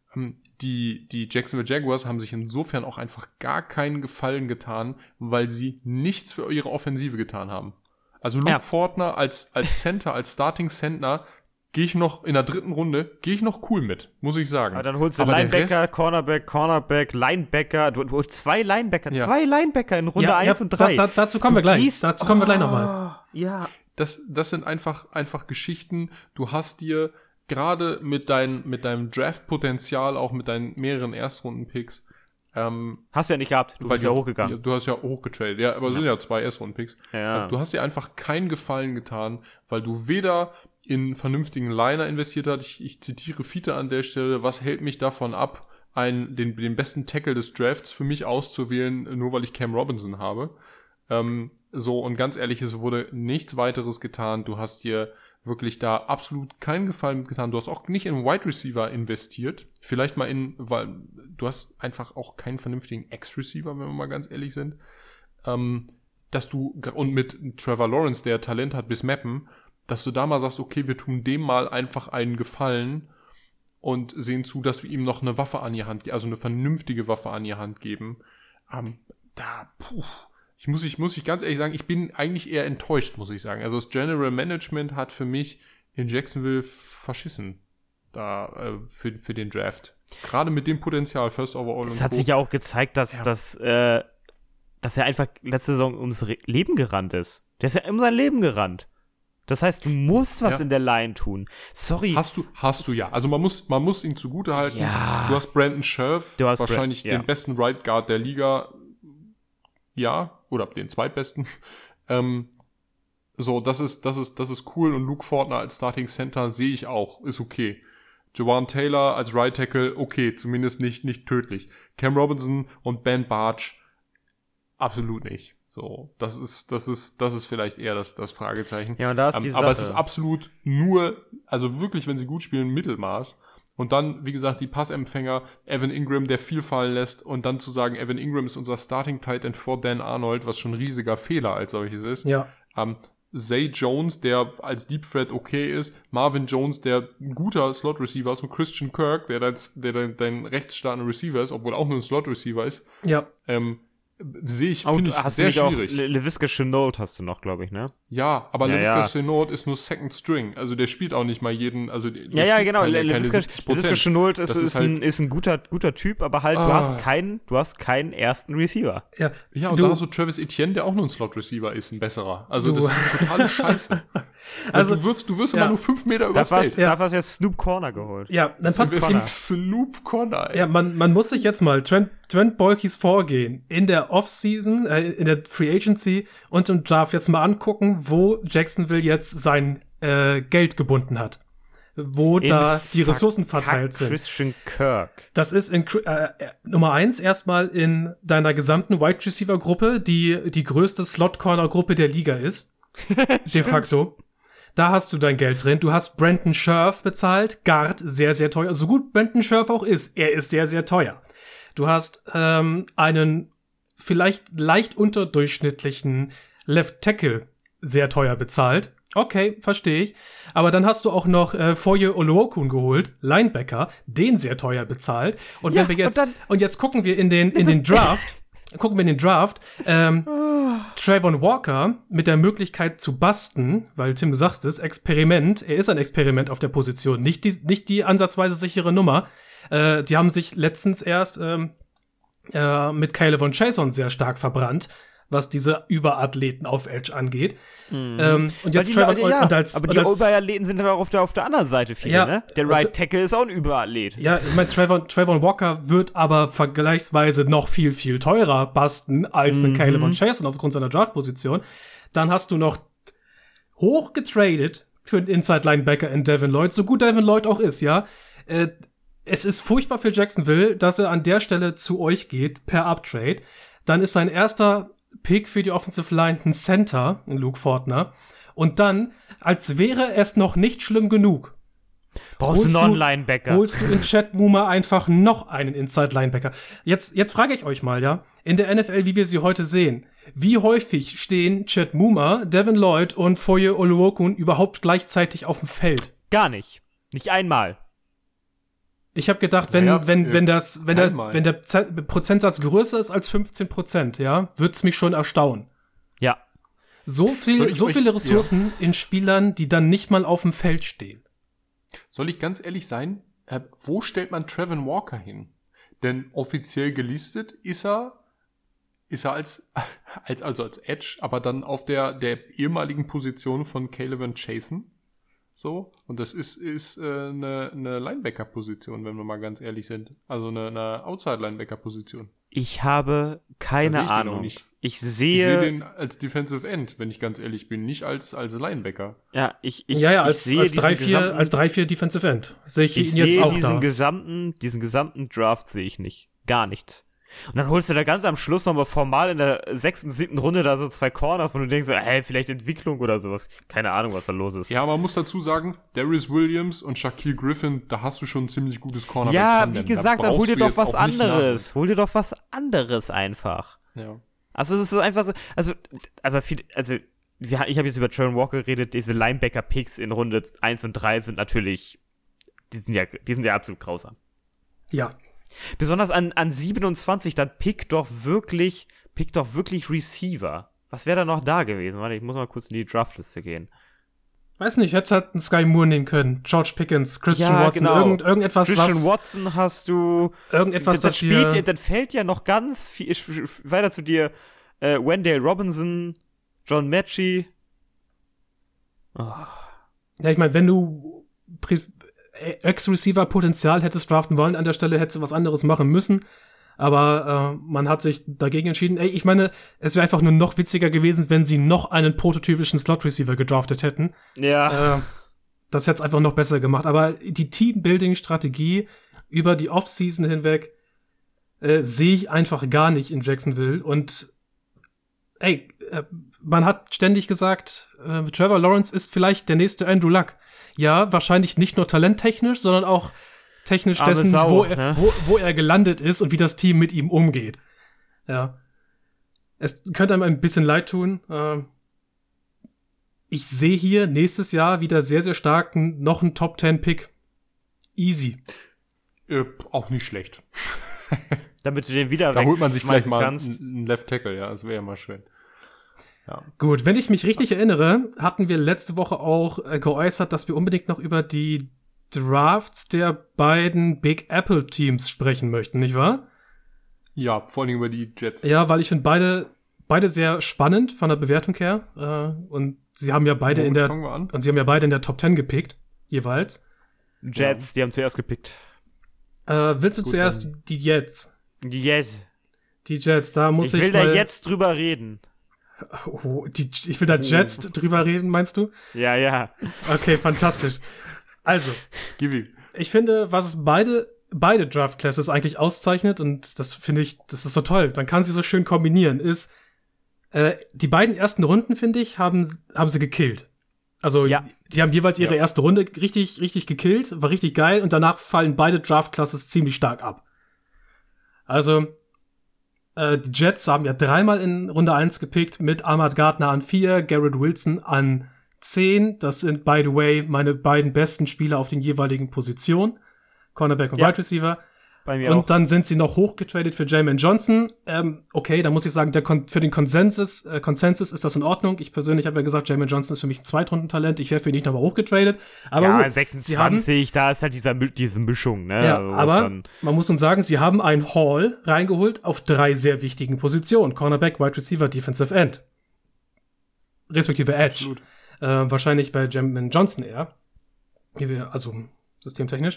B: die Jacksonville Jaguars haben sich insofern auch einfach gar keinen Gefallen getan, weil sie nichts für ihre Offensive getan haben. Also Luke Fortner als Center, als Starting Center, gehe ich noch in der 3. Runde, cool mit, muss ich sagen.
C: Aber dann holst du Linebacker, Cornerback, Linebacker, du holst 2 Linebacker, 2 Linebacker in Runde 1 und 3.
A: Dazu kommen wir gleich. Dazu kommen wir gleich nochmal.
C: Ja.
B: Das sind einfach Geschichten. Du hast dir gerade mit deinem Draft-Potenzial, auch mit deinen mehreren Erstrunden-Picks,
C: hast du ja nicht gehabt, du bist ja hochgegangen.
B: Du hast ja hochgetradet, ja, aber sind ja 2 Erstrunden-Picks.
C: Ja.
B: Du hast dir einfach keinen Gefallen getan, weil du weder in vernünftigen Liner investiert hast. Ich zitiere Fiete an der Stelle, was hält mich davon ab, den besten Tackle des Drafts für mich auszuwählen, nur weil ich Cam Robinson habe. Und ganz ehrlich, es wurde nichts weiteres getan. Du hast dir wirklich da absolut keinen Gefallen getan. Du hast auch nicht in Wide Receiver investiert. Vielleicht mal weil du hast einfach auch keinen vernünftigen Ex-Receiver, wenn wir mal ganz ehrlich sind. Und mit Trevor Lawrence, der Talent hat bis Mappen, dass du da mal sagst, okay, wir tun dem mal einfach einen Gefallen und sehen zu, dass wir ihm noch eine Waffe an die Hand, also eine vernünftige Waffe an die Hand geben. Muss ich ganz ehrlich sagen, ich bin eigentlich eher enttäuscht, muss ich sagen. Also das General Management hat für mich in Jacksonville verschissen für den Draft. Gerade mit dem Potenzial, First Overall
C: Es hat sich ja auch gezeigt, dass er einfach letzte Saison ums Leben gerannt ist. Der ist ja um sein Leben gerannt. Das heißt, du musst was in der Line tun. Sorry.
B: Hast du ja. Also man muss ihn zugutehalten.
C: Ja.
B: Du hast Brandon Scherf, wahrscheinlich den besten Right Guard der Liga. Ja, oder den zweitbesten. Das ist cool, und Luke Fortner als Starting Center sehe ich auch, ist okay. Jawan Taylor als Right Tackle, okay, zumindest nicht tödlich. Cam Robinson und Ben Bartsch, absolut nicht. So, das ist vielleicht eher das Fragezeichen.
C: Ja, und da ist die Sache.
B: Aber es ist absolut nur, also wirklich, wenn sie gut spielen, Mittelmaß. Und dann, wie gesagt, die Passempfänger, Evan Ingram, der viel fallen lässt, und dann zu sagen, Evan Ingram ist unser Starting Tight End vor Dan Arnold, was schon ein riesiger Fehler als solches ist.
A: Ja.
B: Zay Jones, der als Deep Threat okay ist, Marvin Jones, der ein guter Slot Receiver ist, und Christian Kirk, der dein rechtsstartender Receiver ist, obwohl auch nur ein Slot Receiver ist.
A: Ja.
B: Finde ich sehr schwierig.
C: Laviska Shenault hast du noch, glaube ich, ne?
B: Ja, aber Laviska Shenault ist nur Second String. Also der spielt auch nicht mal jeden, also
C: genau. Laviska Shenault ist ein guter Typ, aber halt, du hast keinen ersten Receiver.
B: Ja, und da hast du Travis Etienne, der auch nur ein Slot-Receiver ist, ein besserer. Also das ist totale Scheiße. Also du wirst immer nur 5 Meter übers Feld.
C: Dafür hast du ja Snoop Corner geholt.
A: Ja, dann passt
B: Snoop Corner, ey.
A: Ja, man muss sich jetzt mal Trent Baalkes Vorgehen in der Offseason, in der Free Agency und im Draft jetzt mal angucken, wo Jacksonville jetzt sein Geld gebunden hat. Wo da die Ressourcen verteilt sind.
C: Christian Kirk.
A: Das ist Nummer 1 erstmal in deiner gesamten Wide Receiver Gruppe, die größte Slot Corner Gruppe der Liga ist. De facto. Da hast du dein Geld drin. Du hast Brandon Scherf bezahlt. Guard, sehr, sehr teuer. So gut Brandon Scherf auch ist, er ist sehr, sehr teuer. Du hast einen vielleicht leicht unterdurchschnittlichen Left Tackle sehr teuer bezahlt. Okay, verstehe ich. Aber dann hast du auch noch Foye Oluokun geholt, Linebacker, den sehr teuer bezahlt. Und wenn wir jetzt gucken wir in den Draft gucken wir in den Draft. Trayvon Walker mit der Möglichkeit zu busten, weil Tim, du sagst es, Experiment, er ist ein Experiment auf der Position, nicht die ansatzweise sichere Nummer. Die haben sich letztens erst mit K'Lavon Chaisson sehr stark verbrannt, was diese Überathleten auf Edge angeht. Und jetzt
C: aber die Überathleten sind dann auch auf der anderen Seite viele,
A: ja,
C: ne? Der Right Tackle ist auch ein Überathlet.
A: Ja, ich meine, Trayvon Walker wird aber vergleichsweise noch viel, viel teurer busten als ein K'Lavon Chaisson aufgrund seiner Draft-Position. Dann hast du noch hoch getradet für einen Inside-Linebacker in Devin Lloyd, so gut Devin Lloyd auch ist, ja. Es ist furchtbar für Jacksonville, dass er an der Stelle zu euch geht, per Uptrade. Dann ist sein erster Pick für die Offensive Line ein Center, in Luke Fortner. Und dann, als wäre es noch nicht schlimm genug,
C: brauchst du noch einen Linebacker.
A: Holst du in Chet Muma einfach noch einen Inside-Linebacker. Jetzt frage ich euch mal, ja, in der NFL, wie wir sie heute sehen, wie häufig stehen Chet Muma, Devin Lloyd und Foye Oluokun überhaupt gleichzeitig auf dem Feld?
C: Gar nicht. Nicht einmal.
A: Ich habe gedacht, wenn der Prozentsatz größer ist als 15%, ja, wird's mich schon erstaunen.
C: Ja.
A: So viele Ressourcen in Spielern, die dann nicht mal auf dem Feld stehen.
B: Soll ich ganz ehrlich sein? Wo stellt man Trayvon Walker hin? Denn offiziell gelistet ist er als Edge, aber dann auf der ehemaligen Position von K'Lavon Chaisson. So, und das ist eine Linebacker-Position, wenn wir mal ganz ehrlich sind. Also eine Outside-Linebacker-Position.
C: Ich habe keine Ahnung. Ich sehe
B: den als Defensive End, wenn ich ganz ehrlich bin, nicht als Linebacker.
C: Ja,
A: als 3-4 Defensive End. Sehe ich ihn jetzt auch da.
C: Diesen gesamten Draft sehe ich nicht. Gar nichts. Und dann holst du da ganz am Schluss nochmal formal in der 6., 7. Runde da so 2 Corners, wo du denkst, vielleicht Entwicklung oder sowas. Keine Ahnung, was da los ist.
B: Ja, man muss dazu sagen, Darius Williams und Shaquille Griffin, da hast du schon ein ziemlich gutes Cornerback.
C: Ja, wie gesagt, dann hol dir doch was anderes. Hol dir doch was anderes einfach.
B: Ja.
C: Also es ist einfach so, ich habe jetzt über Trayvon Walker geredet, diese Linebacker-Picks in Runde 1 und 3 sind natürlich, die sind ja absolut grausam.
A: Ja.
C: Besonders an 27, dann pick doch wirklich Receiver. Was wäre da noch da gewesen? Warte, ich muss mal kurz in die Draftliste gehen.
A: Weiß nicht, hättest halt einen Sky Moore nehmen können. George Pickens, Christian Watson,
C: genau.
A: irgendetwas,
C: Christian Watson hast du.
A: Irgendetwas, das
C: dann fällt ja noch ganz viel weiter zu dir. Wendell Robinson, John Mechie.
A: Oh. Ja, ich meine, wenn du Ex-Receiver-Potenzial hättest draften wollen, an der Stelle hättest du was anderes machen müssen. Aber man hat sich dagegen entschieden. Ich meine, es wäre einfach nur noch witziger gewesen, wenn sie noch einen prototypischen Slot-Receiver gedraftet hätten.
C: Ja.
A: Das hätte es einfach noch besser gemacht. Aber die Team-Building-Strategie über die Offseason hinweg sehe ich einfach gar nicht in Jacksonville. Und man hat ständig gesagt, Trevor Lawrence ist vielleicht der nächste Andrew Luck. Ja, wahrscheinlich nicht nur talenttechnisch, sondern auch technisch dessen, wo er gelandet ist und wie das Team mit ihm umgeht. Ja. Es könnte einem ein bisschen leid tun. Ich sehe hier nächstes Jahr wieder sehr, sehr stark noch einen Top-10-Pick. Easy.
B: Auch nicht schlecht.
C: Damit du den wieder
B: da holt man sich vielleicht mal einen Left Tackle, ja, das wäre ja mal schön. Ja.
A: Gut, wenn ich mich richtig erinnere, hatten wir letzte Woche auch geäußert, dass wir unbedingt noch über die Drafts der beiden Big Apple Teams sprechen möchten, nicht wahr?
B: Ja, vor allem über die Jets.
A: Ja, weil ich finde beide sehr spannend von der Bewertung her. Und sie haben ja beide in der Top 10 gepickt, jeweils.
C: Jets, die haben zuerst gepickt.
A: Willst du zuerst die Jets?
C: Die Jets.
A: Die Jets, da muss ich
C: will da jetzt drüber reden.
A: Oh, ich will da jetzt drüber reden, meinst du?
C: Ja, ja.
A: Okay, fantastisch. Also, ich finde, was beide Draft-Classes eigentlich auszeichnet, und das finde ich, das ist so toll, man kann sie so schön kombinieren, ist, die beiden ersten Runden, finde ich, haben sie gekillt. Also, die haben jeweils ihre erste Runde richtig, richtig gekillt, war richtig geil, und danach fallen beide Draft-Classes ziemlich stark ab. Also, die Jets haben ja 3-mal in Runde 1 gepickt mit Ahmad Gardner an 4, Garrett Wilson an 10. Das sind, by the way, meine beiden besten Spieler auf den jeweiligen Positionen. Cornerback und Wide Receiver.
C: bei mir
A: und
C: auch.
A: dann sind sie noch hochgetradet für Jamin Johnson. Okay, da muss ich sagen, für den Konsensus ist das in Ordnung. Ich persönlich habe ja gesagt, Jamin Johnson ist für mich ein Zweitrunden-Talent. Ich wäre für ihn nicht nochmal hochgetradet. Aber
C: ja,
A: gut,
C: 26, da ist halt diese Mischung, ne?
A: ja,
C: Also,
A: aber man muss uns sagen, sie haben einen Hall reingeholt auf 3 sehr wichtigen Positionen. Cornerback, Wide Receiver, Defensive End. Respektive Edge. Wahrscheinlich bei Jamin Johnson eher. Also systemtechnisch.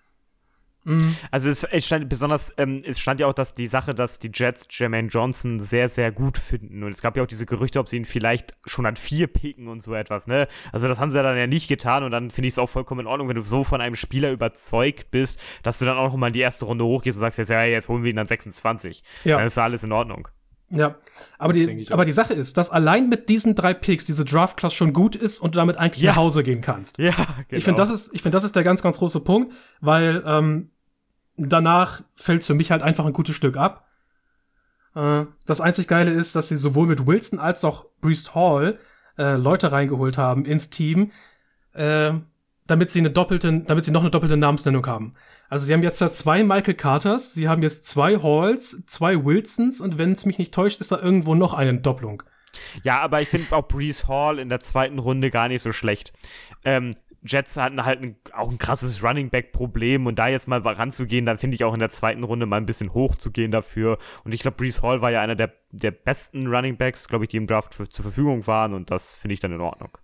C: Also es stand ja auch, dass die Sache, dass die Jets Jermaine Johnson sehr, sehr gut finden. Und es gab ja auch diese Gerüchte, ob sie ihn vielleicht schon an 4 picken und so etwas, ne? Also das haben sie dann ja nicht getan und dann finde ich es auch vollkommen in Ordnung, wenn du so von einem Spieler überzeugt bist, dass du dann auch noch mal in die erste Runde hochgehst und sagst, jetzt holen wir ihn an 26.
A: Ja.
C: Dann ist da alles in Ordnung.
A: Ja, aber die Sache ist, dass allein mit diesen 3 Picks diese Draft-Class schon gut ist und du damit eigentlich nach Hause gehen kannst.
C: Ja, genau.
A: Ich finde, das ist der ganz, ganz große Punkt, weil danach fällt es für mich halt einfach ein gutes Stück ab. Das einzig Geile ist, dass sie sowohl mit Wilson als auch Breece Hall Leute reingeholt haben ins Team, damit sie noch eine doppelte Namensnennung haben. Also sie haben jetzt 2 Michael Carters, sie haben jetzt 2 Halls, 2 Wilsons und wenn es mich nicht täuscht, ist da irgendwo noch eine Doppelung.
C: Ja, aber ich finde auch Breece Hall in der 2. Runde gar nicht so schlecht. Jets hatten halt auch ein krasses Running-Back-Problem und da jetzt mal ranzugehen, dann finde ich auch in der 2. Runde mal ein bisschen hoch zu gehen dafür. Und ich glaube, Breece Hall war ja einer der besten Running-Backs, glaube ich, die im Draft zur Verfügung waren und das finde ich dann in Ordnung.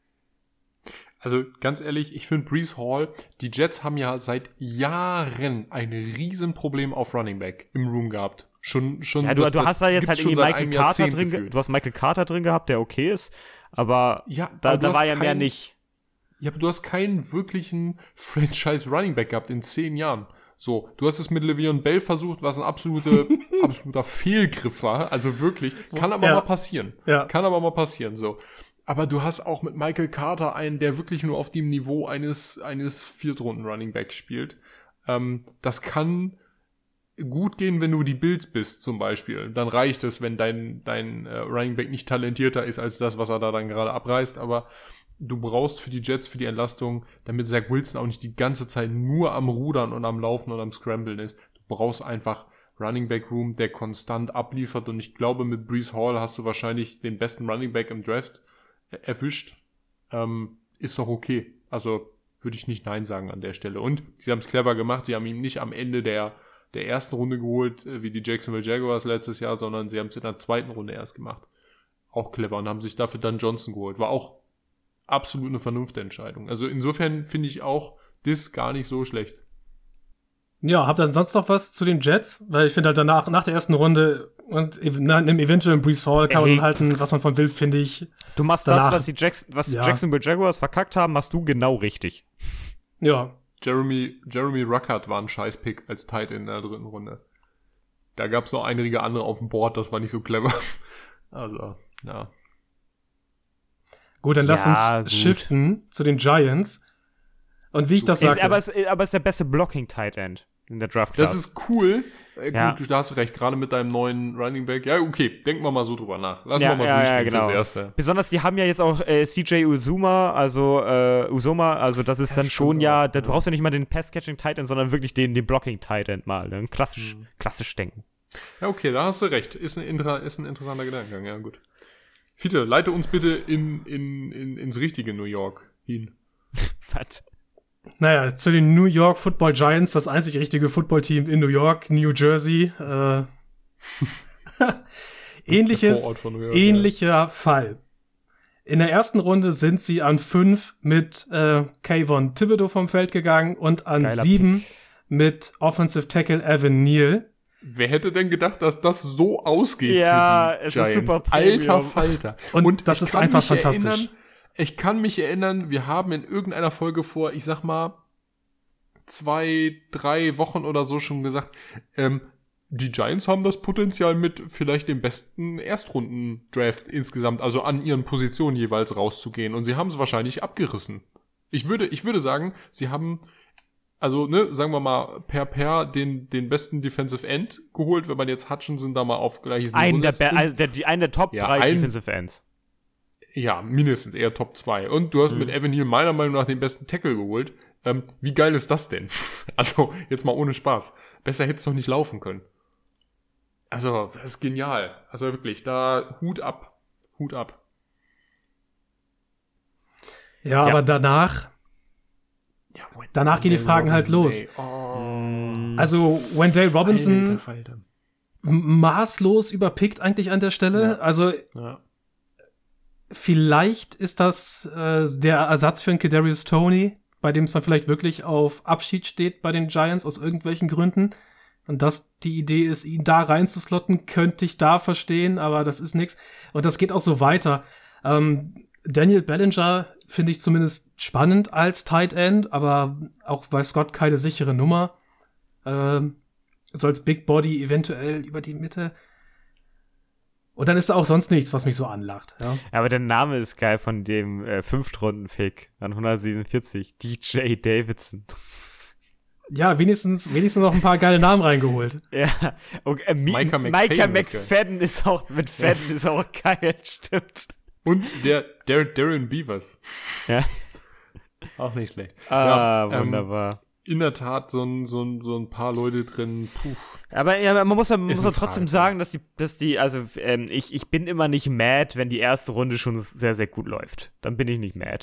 B: Also ganz ehrlich, ich finde Breece Hall, die Jets haben ja seit Jahren ein Riesenproblem auf Running Back im Room gehabt. Schon.
C: Ja, du hast da jetzt halt irgendwie Michael Carter drin, du hast Michael Carter drin gehabt, der okay ist, aber
B: ja,
C: da war ja mehr nicht.
B: Ja, aber du hast keinen wirklichen Franchise-Running-Back gehabt in 10 Jahren. So, du hast es mit Le'Veon Bell versucht, was ein absoluter Fehlgriff war. Also wirklich, kann aber mal passieren. Ja. Kann aber mal passieren, so. Aber du hast auch mit Michael Carter einen, der wirklich nur auf dem Niveau eines Viertrunden-Running-Backs spielt. Das kann gut gehen, wenn du die Bills bist, zum Beispiel. Dann reicht es, wenn dein Running-Back nicht talentierter ist als das, was er da dann gerade abreißt, aber du brauchst für die Jets, für die Entlastung, damit Zach Wilson auch nicht die ganze Zeit nur am Rudern und am Laufen und am Scramblen ist. Du brauchst einfach Running Back Room, der konstant abliefert und ich glaube, mit Breece Hall hast du wahrscheinlich den besten Running Back im Draft erwischt. Ist doch okay. Also würde ich nicht Nein sagen an der Stelle. Und sie haben es clever gemacht. Sie haben ihn nicht am Ende der ersten Runde geholt, wie die Jacksonville Jaguars letztes Jahr, sondern sie haben es in der 2. Runde erst gemacht. Auch clever und haben sich dafür dann Johnson geholt. War auch absolut eine Vernunftentscheidung. Also insofern finde ich auch das gar nicht so schlecht.
A: Ja, habt ihr sonst noch was zu den Jets? Weil ich finde halt danach, nach der ersten Runde und einem eventuellen Breece Hall kann man halten, was man von will, finde ich.
C: Du machst danach, das, was die Jacksonville Jaguars verkackt haben, machst du genau richtig.
A: Ja.
B: Jeremy Ruckert war ein Scheißpick als Tight End in der 3. Runde. Da gab es noch einige andere auf dem Board, das war nicht so clever. Also, ja.
A: Gut, dann lass uns shiften zu den Giants. Und wie ich das sage.
C: Aber es ist der beste Blocking-Tight End in der Draft-Class.
B: Das ist cool. Gut, da hast du recht, gerade mit deinem neuen Running Back. Ja, okay, denken wir mal so drüber nach. Lassen wir mal durchgehen
C: genau.
B: fürs Erste.
C: Besonders, die haben ja jetzt auch CJ Uzomah, also das ist dann schon da brauchst du nicht mal den Pass-Catching-Tight End, sondern wirklich den Blocking-Tight End mal. Ne? Klassisch denken.
B: Ja, okay, da hast du recht. Ist ein interessanter Gedankengang, ja gut. Fiete, leite uns bitte ins richtige New York hin.
C: Was?
A: Naja, zu den New York Football Giants, das einzig richtige Footballteam in New York, New Jersey. Ähnlicher Fall. In der ersten Runde sind sie an 5 mit Kayvon Thibodeau vom Feld gegangen und an 7 mit Offensive Tackle Evan Neal.
B: Wer hätte denn gedacht, dass das so ausgeht
C: ja,
B: für die
C: es
B: Giants?
C: Ist super
B: Alter Falter.
A: Und das ist einfach fantastisch.
B: Ich kann mich erinnern, wir haben in irgendeiner Folge vor, ich sag mal, 2-3 Wochen oder so schon gesagt, die Giants haben das Potenzial mit vielleicht dem besten Erstrunden-Draft insgesamt, also an ihren Positionen jeweils rauszugehen. Und sie haben es wahrscheinlich abgerissen. Ich würde sagen, sie haben, also, sagen wir mal, per den besten Defensive End geholt, wenn man jetzt Hutchinson da mal auf gleiches
C: Niveau setzt. Einen der Top 3 Defensive Ends.
B: Ja, mindestens eher Top 2. Und du hast mit Evan Neal meiner Meinung nach den besten Tackle geholt, Wie geil ist das denn? Also, jetzt mal ohne Spaß. Besser hätte es doch nicht laufen können. Also, das ist genial. Also wirklich, da Hut ab. Hut ab.
A: Ja, aber danach gehen die Fragen halt los. Also, Wendell Robinson maßlos überpickt eigentlich an der Stelle. Ja. Also, vielleicht ist das der Ersatz für einen Kadarius Toney, bei dem es dann vielleicht wirklich auf Abschied steht bei den Giants aus irgendwelchen Gründen. Und dass die Idee ist, ihn da reinzuslotten, könnte ich da verstehen, aber das ist nix. Und das geht auch so weiter. Daniel Bellinger finde ich zumindest spannend als Tight End, aber auch bei Scott keine sichere Nummer. So als Big Body eventuell über die Mitte. Und dann ist da auch sonst nichts, was mich so anlacht. Ja.
C: Aber der Name ist geil von dem 5-Runden-Pick an 147. DJ Davidson.
A: Ja, wenigstens noch ein paar geile Namen reingeholt.
C: Ja, okay, Micah McFadden ist auch, mit Fadden ist auch geil, stimmt.
B: Und der Darren Beavers.
C: Ja.
B: Auch nicht schlecht.
C: Wunderbar.
B: In der Tat so ein paar Leute drin. Puh.
C: Aber ja, man muss trotzdem sagen, ich bin immer nicht mad, wenn die erste Runde schon sehr, sehr gut läuft. Dann bin ich nicht mad.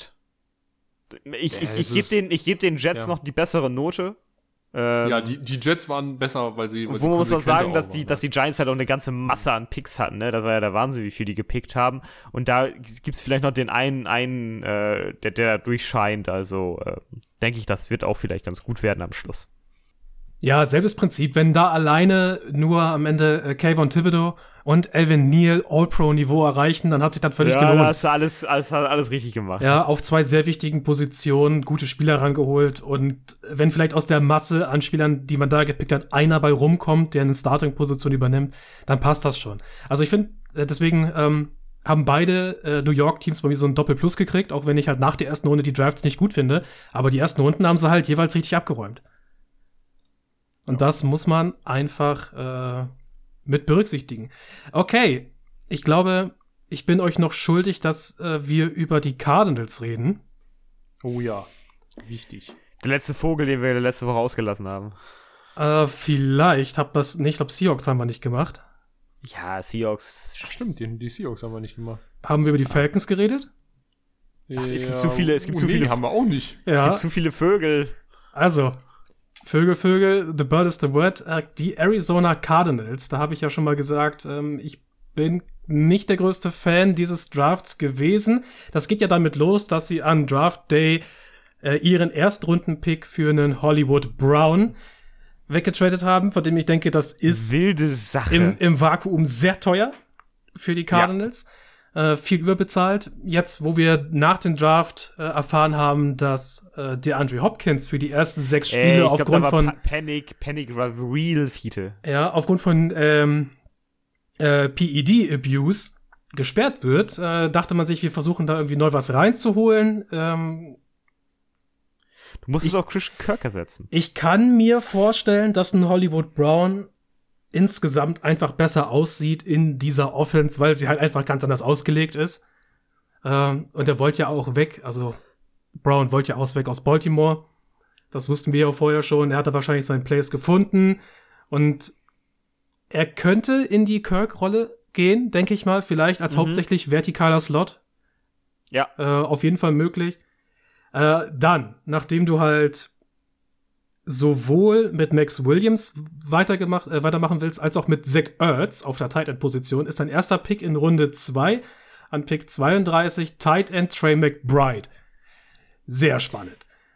C: Ich gebe den Jets noch die bessere Note.
B: Die Jets waren besser, weil sie.
C: Wo man muss auch sagen, dass die Giants halt auch eine ganze Masse an Picks hatten, ne? Das war ja der Wahnsinn, wie viel die gepickt haben. Und da gibt's vielleicht noch den einen der da durchscheint. Also denke ich, das wird auch vielleicht ganz gut werden am Schluss.
A: Ja, selbes Prinzip. Wenn da alleine nur am Ende Kayvon Thibodeau und Alvin Neal All-Pro-Niveau erreichen, dann hat sich das völlig gelohnt.
C: Ja, da hast du alles richtig gemacht.
A: Ja, auf 2 sehr wichtigen Positionen gute Spieler rangeholt. Und wenn vielleicht aus der Masse an Spielern, die man da gepickt hat, einer bei rumkommt, der eine Starting-Position übernimmt, dann passt das schon. Also ich finde, deswegen haben beide New York-Teams bei mir so ein Doppel-Plus gekriegt, auch wenn ich halt nach der ersten Runde die Drafts nicht gut finde. Aber die ersten Runden haben sie halt jeweils richtig abgeräumt. Und das muss man einfach mit berücksichtigen. Okay, ich glaube, ich bin euch noch schuldig, dass wir über die Cardinals reden.
B: Oh ja, wichtig.
C: Der letzte Vogel, den wir letzte Woche ausgelassen haben.
A: Vielleicht ich glaube, Seahawks haben wir nicht gemacht.
C: Ja, Seahawks.
B: Ach, stimmt, die Seahawks haben wir nicht gemacht.
A: Haben wir über die Falcons geredet?
C: Ach, es gibt zu viele.
B: Haben wir auch nicht.
C: Ja. Es gibt zu viele Vögel.
A: Also, Vögel, the bird is the word. Die Arizona Cardinals, da habe ich ja schon mal gesagt, ich bin nicht der größte Fan dieses Drafts gewesen. Das geht ja damit los, dass sie an Draft Day ihren Erstrunden-Pick für einen Hollywood Brown weggetradet haben, von dem ich denke, das ist
C: wilde Sache.
A: Im Vakuum sehr teuer für die Cardinals. Ja. Viel überbezahlt. Jetzt, wo wir nach dem Draft erfahren haben, dass DeAndre Hopkins für die ersten 6 Spiele aufgrund von
C: Panic war real Fiete.
A: Ja, aufgrund von PED-Abuse gesperrt wird, dachte man sich, wir versuchen da irgendwie neu was reinzuholen.
C: Du musst es auch Christian Kirk ersetzen.
A: Ich kann mir vorstellen, dass ein Hollywood Brown insgesamt einfach besser aussieht in dieser Offense, weil sie halt einfach ganz anders ausgelegt ist. Und er wollte ja auch weg, also Brown wollte ja weg aus Baltimore. Das wussten wir ja vorher schon. Er hatte wahrscheinlich seinen Place gefunden und er könnte in die Kirk-Rolle gehen, denke ich mal, vielleicht als hauptsächlich vertikaler Slot.
C: Ja.
A: Auf jeden Fall möglich. Dann, nachdem du halt sowohl mit Max Williams weitermachen willst, als auch mit Zach Ertz auf der Tight End Position, ist dein erster Pick in Runde 2 an Pick 32 Tight End Trey McBride. Sehr spannend.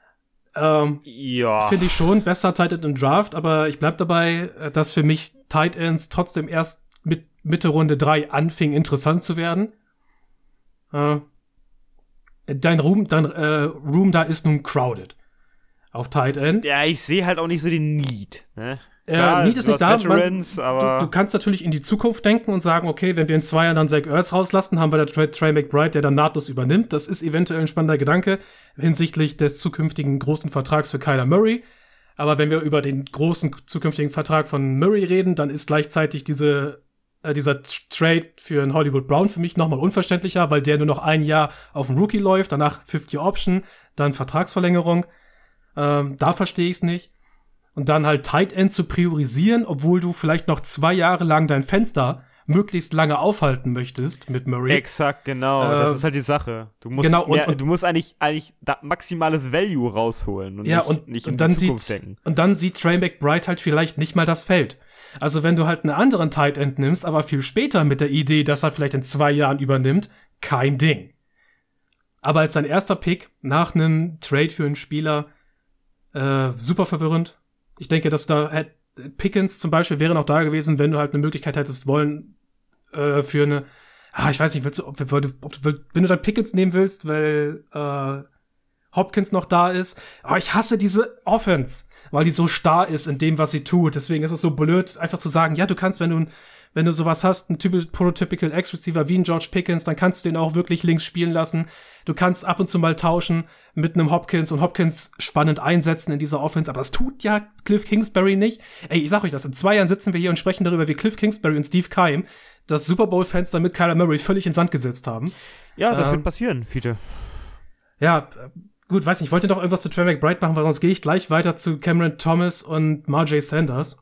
C: Ja.
A: Finde ich schon, besser Tight End im Draft, aber ich bleib dabei, dass für mich Tight Ends trotzdem erst mit Mitte Runde 3 anfing, interessant zu werden. Dein Room da ist nun crowded. Auf Tight End.
C: Ja, ich sehe halt auch nicht so den Need. Ne?
A: Need ist nicht da.
C: Aber
A: du kannst natürlich in die Zukunft denken und sagen, okay, wenn wir in 2 Jahren dann Zach Ertz rauslassen, haben wir da Trey McBride, der dann nahtlos übernimmt. Das ist eventuell ein spannender Gedanke hinsichtlich des zukünftigen großen Vertrags für Kyler Murray. Aber wenn wir über den großen zukünftigen Vertrag von Murray reden, dann ist gleichzeitig dieser Trade für einen Hollywood Brown für mich nochmal unverständlicher, weil der nur noch 1 Jahr auf dem Rookie läuft, danach 50 Option, dann Vertragsverlängerung. Da verstehe ich es nicht. Und dann halt Tight End zu priorisieren, obwohl du vielleicht noch 2 Jahre lang dein Fenster möglichst lange aufhalten möchtest mit Murray.
C: Exakt, genau. Das ist halt die Sache. Du musst,
A: genau,
C: du musst eigentlich da maximales Value rausholen und nicht in die Zukunft denken.
A: Und dann sieht Trey McBride halt vielleicht nicht mal das Feld. Also wenn du halt einen anderen Tight End nimmst, aber viel später mit der Idee, dass er vielleicht in 2 Jahren übernimmt, kein Ding. Aber als sein erster Pick nach einem Trade für einen Spieler super verwirrend. Ich denke, dass da Pickens zum Beispiel wäre noch da gewesen, wenn du halt eine Möglichkeit hättest wollen für eine, ich weiß nicht, wenn du dann Pickens nehmen willst, weil Hopkins noch da ist. Aber ich hasse diese Offense, weil die so starr ist in dem, was sie tut. Deswegen ist es so blöd, einfach zu sagen, ja, du kannst, wenn du sowas hast, ein prototypical X-Receiver wie ein George Pickens, dann kannst du den auch wirklich links spielen lassen. Du kannst ab und zu mal tauschen mit einem Hopkins und Hopkins spannend einsetzen in dieser Offense, aber das tut ja Cliff Kingsbury nicht. Ey, ich sag euch das, in 2 Jahren sitzen wir hier und sprechen darüber, wie Cliff Kingsbury und Steve Keim das Super Bowl-Fenster mit Kyler Murray völlig in Sand gesetzt haben.
C: Ja, das wird passieren, Fiete.
A: Ja, gut, weiß nicht, ich wollte noch irgendwas zu Trey McBride machen, weil sonst gehe ich gleich weiter zu Cameron Thomas und Marjay Sanders.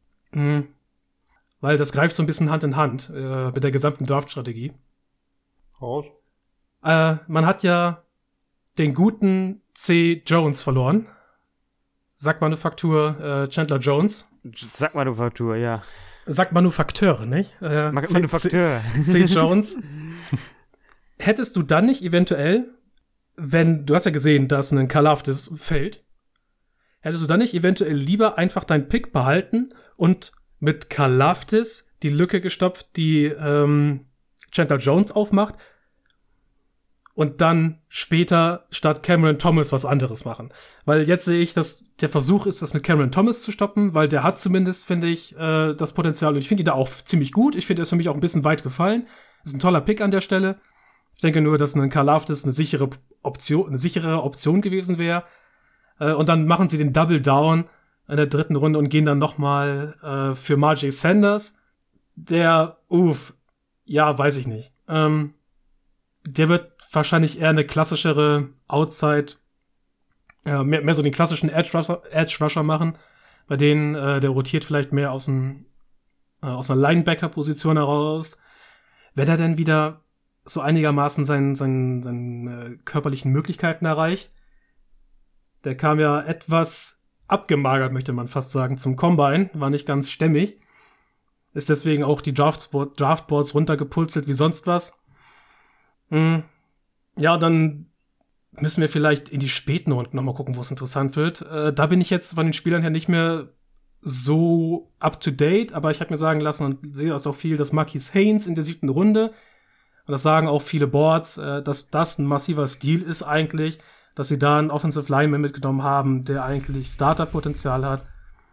A: Weil das greift so ein bisschen Hand in Hand mit der gesamten Draft-Strategie.
B: Raus.
A: Man hat ja den guten C. Jones verloren. Sackmanufaktur Chandler Jones.
C: Sackmanufaktur, ja.
A: Sackmanufakteur, nicht?
C: Manufakteur.
A: C. Jones. Hättest du dann nicht eventuell, du hast ja gesehen, dass ein Karlaftis fällt, hättest du dann nicht eventuell lieber einfach deinen Pick behalten und mit Karlaftis die Lücke gestopft, die Chandler Jones aufmacht und dann später statt Cameron Thomas was anderes machen. Weil jetzt sehe ich, dass der Versuch ist, das mit Cameron Thomas zu stoppen, weil der hat zumindest, finde ich, das Potenzial. Und ich finde ihn da auch ziemlich gut. Ich finde, er ist für mich auch ein bisschen weit gefallen. Ist ein toller Pick an der Stelle. Ich denke nur, dass ein Karlaftis eine sichere Option gewesen wäre. Und dann machen sie den Double Down in der 3. Runde und gehen dann nochmal für Marjay Sanders. Der, weiß ich nicht. Der wird wahrscheinlich eher eine klassischere Outside, mehr so den klassischen Edge Rusher machen. Bei denen, der rotiert vielleicht mehr aus einer Linebacker-Position heraus. Wenn er dann wieder so einigermaßen seine körperlichen Möglichkeiten erreicht. Der kam ja etwas abgemagert, möchte man fast sagen, zum Combine. War nicht ganz stämmig. Ist deswegen auch die Draftboards runtergepulzelt wie sonst was. Ja, dann müssen wir vielleicht in die späten Runden nochmal gucken, wo es interessant wird. Da bin ich jetzt von den Spielern her nicht mehr so up-to-date, aber ich habe mir sagen lassen und sehe das auch viel, dass Marquise Haynes in der 7. Runde, und das sagen auch viele Boards, dass das ein massiver Stil ist eigentlich, dass sie da einen Offensive Lineman mitgenommen haben, der eigentlich Starter-Potenzial hat.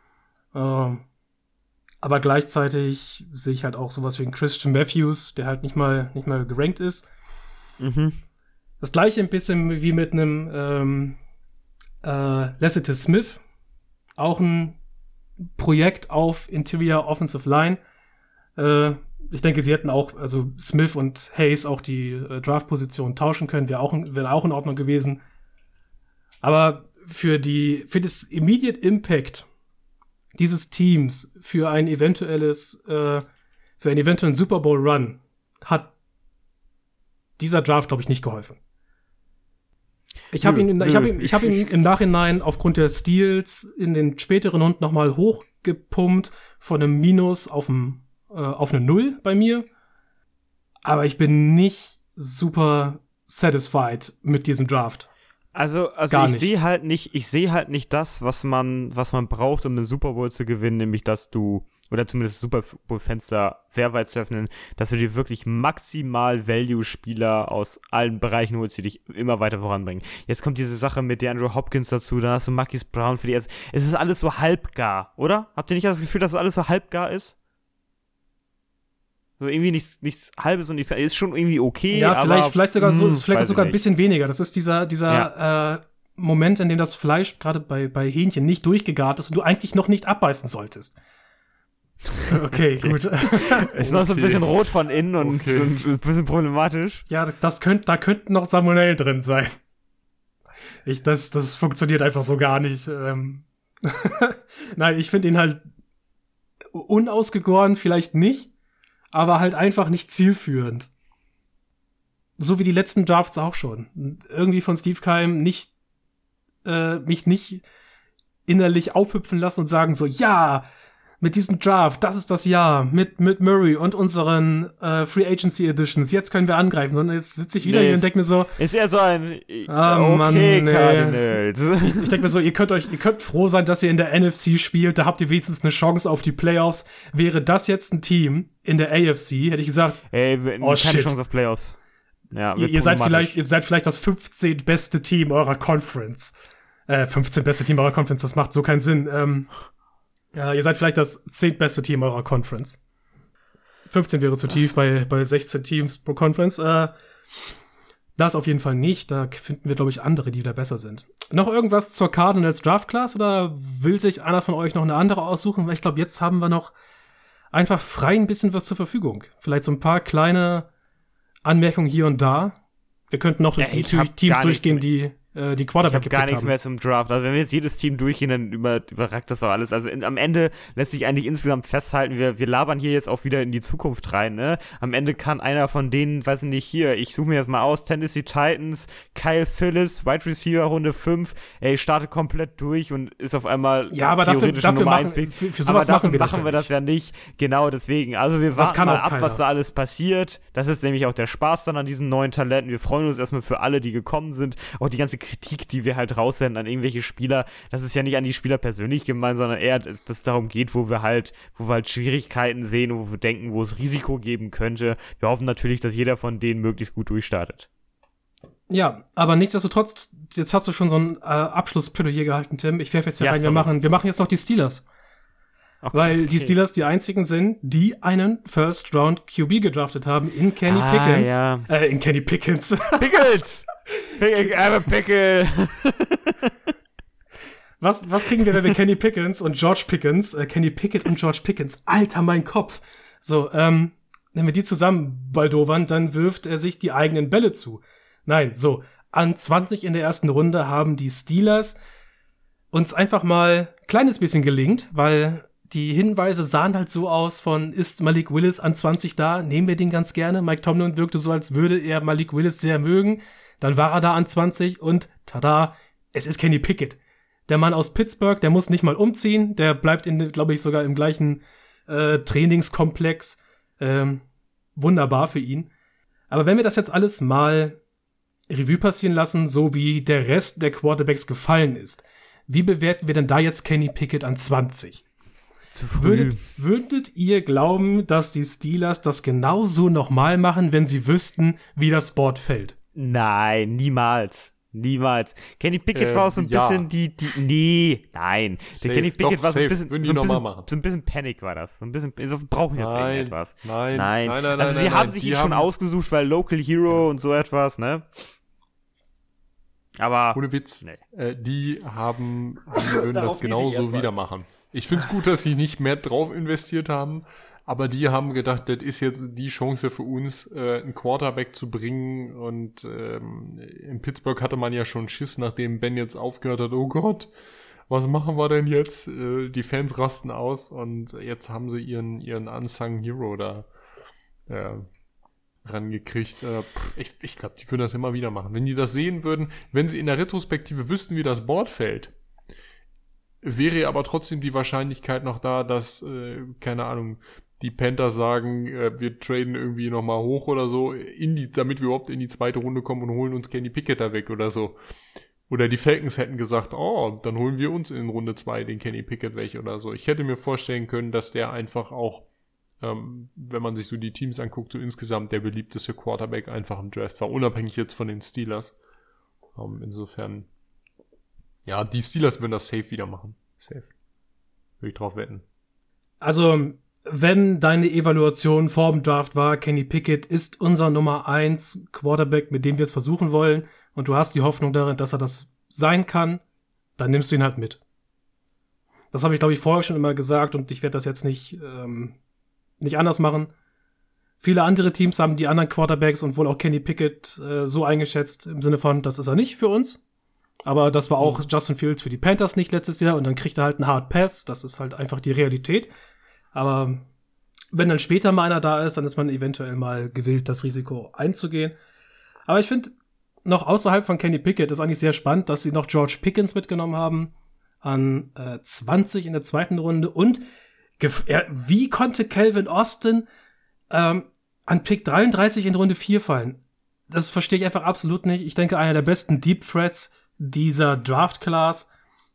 A: Aber gleichzeitig sehe ich halt auch sowas wie einen Christian Matthews, der halt nicht mal gerankt ist. Das gleiche ein bisschen wie mit einem Lassiter Smith. Auch ein Projekt auf Interior Offensive Line. Ich denke, sie hätten auch, also Smith und Hayes auch die Draft-Position tauschen können, wäre auch in Ordnung gewesen. Aber für das Immediate Impact dieses Teams für einen eventuellen Super Bowl Run hat dieser Draft, glaube ich, nicht geholfen. Ich habe ihn im Nachhinein aufgrund der Steals in den späteren Runden noch mal hochgepumpt von einem Minus auf eine 0 bei mir. Aber ich bin nicht super satisfied mit diesem Draft.
C: Also ich sehe halt nicht das, was man braucht, um den Super Bowl zu gewinnen, nämlich dass du, oder zumindest das Super Bowl-Fenster sehr weit zu öffnen, dass du dir wirklich maximal Value-Spieler aus allen Bereichen holst, die dich immer weiter voranbringen. Jetzt kommt diese Sache mit der Andrew Hopkins dazu, dann hast du Marquise Brown für die erste. Es ist alles so halbgar, oder? Habt ihr nicht das Gefühl, dass es alles so halbgar ist? So irgendwie nichts Halbes und nichts, ist schon irgendwie okay.
A: Ja,
C: aber
A: vielleicht sogar ein bisschen weniger. Das ist dieser Moment, in dem das Fleisch gerade bei Hähnchen nicht durchgegart ist und du eigentlich noch nicht abbeißen solltest. Okay, gut.
C: Ist noch so ein bisschen rot von innen und ist ein bisschen problematisch.
A: Ja, da könnten noch Salmonellen drin sein. Das funktioniert einfach so gar nicht. Nein, ich finde ihn halt unausgegoren, vielleicht nicht, aber halt einfach nicht zielführend. So wie die letzten Drafts auch schon. Und irgendwie von Steve Keim mich nicht innerlich aufhüpfen lassen und sagen so, ja, mit diesem Draft, das ist das Jahr, mit Murray und unseren Free Agency Editions, jetzt können wir angreifen, sondern jetzt sitze ich wieder hier und denke mir so,
C: ist eher so ein
A: Mann,
C: Cardinals.
A: Ich denke mir so, ihr könnt froh sein, dass ihr in der NFC spielt, da habt ihr wenigstens eine Chance auf die Playoffs. Wäre das jetzt ein Team in der AFC, hätte ich gesagt,
C: keine Chance auf Playoffs. Ja,
A: ihr seid vielleicht das 15. beste Team eurer Conference. 15 beste Team eurer Conference, das macht so keinen Sinn. Ja, ihr seid vielleicht das 10. beste Team eurer Conference. 15 wäre zu tief bei 16 Teams pro Conference. Das auf jeden Fall nicht. Da finden wir, glaube ich, andere, die da besser sind. Noch irgendwas zur Cardinals Draft Class oder will sich einer von euch noch eine andere aussuchen? Weil ich glaube, jetzt haben wir noch einfach frei ein bisschen was zur Verfügung. Vielleicht so ein paar kleine Anmerkungen hier und da. Wir könnten noch durch die Teams durchgehen, die Quarterback
C: gepickt haben. Gar nichts mehr zum Draft. Also wenn wir jetzt jedes Team durchgehen, dann überragt das auch alles. Also am Ende lässt sich eigentlich insgesamt festhalten, wir labern hier jetzt auch wieder in die Zukunft rein, ne? Am Ende kann einer von denen, weiß ich nicht, hier, ich suche mir das mal aus, Tennessee Titans, Kyle Phillips, Wide Receiver, Runde 5, startet komplett durch und ist auf einmal
A: aber
C: theoretisch
A: dafür
C: Nummer 1
A: Pick. Für sowas machen wir das
C: ja nicht. Genau, deswegen. Also wir warten mal ab, was da alles passiert. Das ist nämlich auch der Spaß dann an diesen neuen Talenten. Wir freuen uns erstmal für alle, die gekommen sind. Auch die ganze Kritik, die wir halt raussenden an irgendwelche Spieler, das ist ja nicht an die Spieler persönlich gemeint, sondern eher, dass es darum geht, wo wir halt Schwierigkeiten sehen, wo wir denken, wo es Risiko geben könnte. Wir hoffen natürlich, dass jeder von denen möglichst gut durchstartet.
A: Ja, aber nichtsdestotrotz, jetzt hast du schon so ein Abschlussplädoyer gehalten, Tim. Ich werfe jetzt hier rein, wir machen jetzt noch die Steelers. Okay, weil die Steelers die einzigen sind, die einen First-Round QB gedraftet haben in Kenny Pickens.
C: Ja.
A: In Kenny Pickens.
C: Pickles! I'm a pickle!
A: Was kriegen wir, wenn wir Kenny Pickens und George Pickens, Kenny Pickett und George Pickens, Alter, mein Kopf. So, wenn wir die zusammen baldowern, dann wirft er sich die eigenen Bälle zu. Nein, so, an 20 in der ersten Runde haben die Steelers uns einfach mal ein kleines bisschen gelingt, weil die Hinweise sahen halt so aus von, ist Malik Willis an 20 da? Nehmen wir den ganz gerne. Mike Tomlin wirkte so, als würde er Malik Willis sehr mögen. Dann war er da an 20 und tada, es ist Kenny Pickett. Der Mann aus Pittsburgh, der muss nicht mal umziehen. Der bleibt, glaube ich, sogar im gleichen Trainingskomplex. Wunderbar für ihn. Aber wenn wir das jetzt alles mal Revue passieren lassen, so wie der Rest der Quarterbacks gefallen ist, wie bewerten wir denn da jetzt Kenny Pickett an 20?
C: Zu früh.
A: Würdet ihr glauben, dass die Steelers das genauso nochmal machen, wenn sie wüssten, wie das Board fällt?
C: Nein, niemals. Niemals. Kenny Pickett war auch so ein bisschen nein.
B: Safe.
C: Der Kenny Pickett war so ein bisschen,
B: Würden die nochmal machen.
C: So ein bisschen Panik war das. So ein bisschen, so brauchen jetzt irgendetwas.
B: Nein.
C: Also sie haben sich ihn schon ausgesucht, weil Local Hero und so etwas, ne? Aber
B: ohne Witz,
C: nee.
B: die würden das genauso wieder machen. Ich find's gut, dass sie nicht mehr drauf investiert haben, aber die haben gedacht, das ist jetzt die Chance für uns, einen Quarterback zu bringen. Und in Pittsburgh hatte man ja schon Schiss, nachdem Ben jetzt aufgehört hat, oh Gott, was machen wir denn jetzt? Die Fans rasten aus und jetzt haben sie ihren Unsung Hero da rangekriegt. Ich glaube, die würden das immer wieder machen. Wenn die das sehen würden, wenn sie in der Retrospektive wüssten, wie das Board fällt, wäre aber trotzdem die Wahrscheinlichkeit noch da, dass, keine Ahnung, die Panthers sagen, wir traden irgendwie nochmal hoch oder so, damit wir überhaupt in die zweite Runde kommen und holen uns Kenny Pickett da weg oder so. Oder die Falcons hätten gesagt, dann holen wir uns in Runde 2 den Kenny Pickett weg oder so. Ich hätte mir vorstellen können, dass der einfach auch, wenn man sich so die Teams anguckt, so insgesamt der beliebteste Quarterback einfach im Draft war, unabhängig jetzt von den Steelers. Insofern, ja, die Steelers würden das safe wieder machen. Safe. Würde ich drauf wetten.
A: Also, wenn deine Evaluation vor dem Draft war, Kenny Pickett ist unser Nummer 1 Quarterback, mit dem wir es versuchen wollen, und du hast die Hoffnung darin, dass er das sein kann, dann nimmst du ihn halt mit. Das habe ich, glaube ich, vorher schon immer gesagt und ich werde das jetzt nicht anders machen. Viele andere Teams haben die anderen Quarterbacks und wohl auch Kenny Pickett so eingeschätzt, im Sinne von, das ist er nicht für uns. Aber das war auch Justin Fields für die Panthers nicht letztes Jahr und dann kriegt er halt einen Hard Pass. Das ist halt einfach die Realität. Aber wenn dann später mal einer da ist, dann ist man eventuell mal gewillt, das Risiko einzugehen. Aber ich finde, noch außerhalb von Kenny Pickett ist eigentlich sehr spannend, dass sie noch George Pickens mitgenommen haben an 20 in der zweiten Runde. Und wie konnte Calvin Austin an Pick 33 in Runde 4 fallen? Das verstehe ich einfach absolut nicht. Ich denke, einer der besten Deep Threats dieser Draft-Class.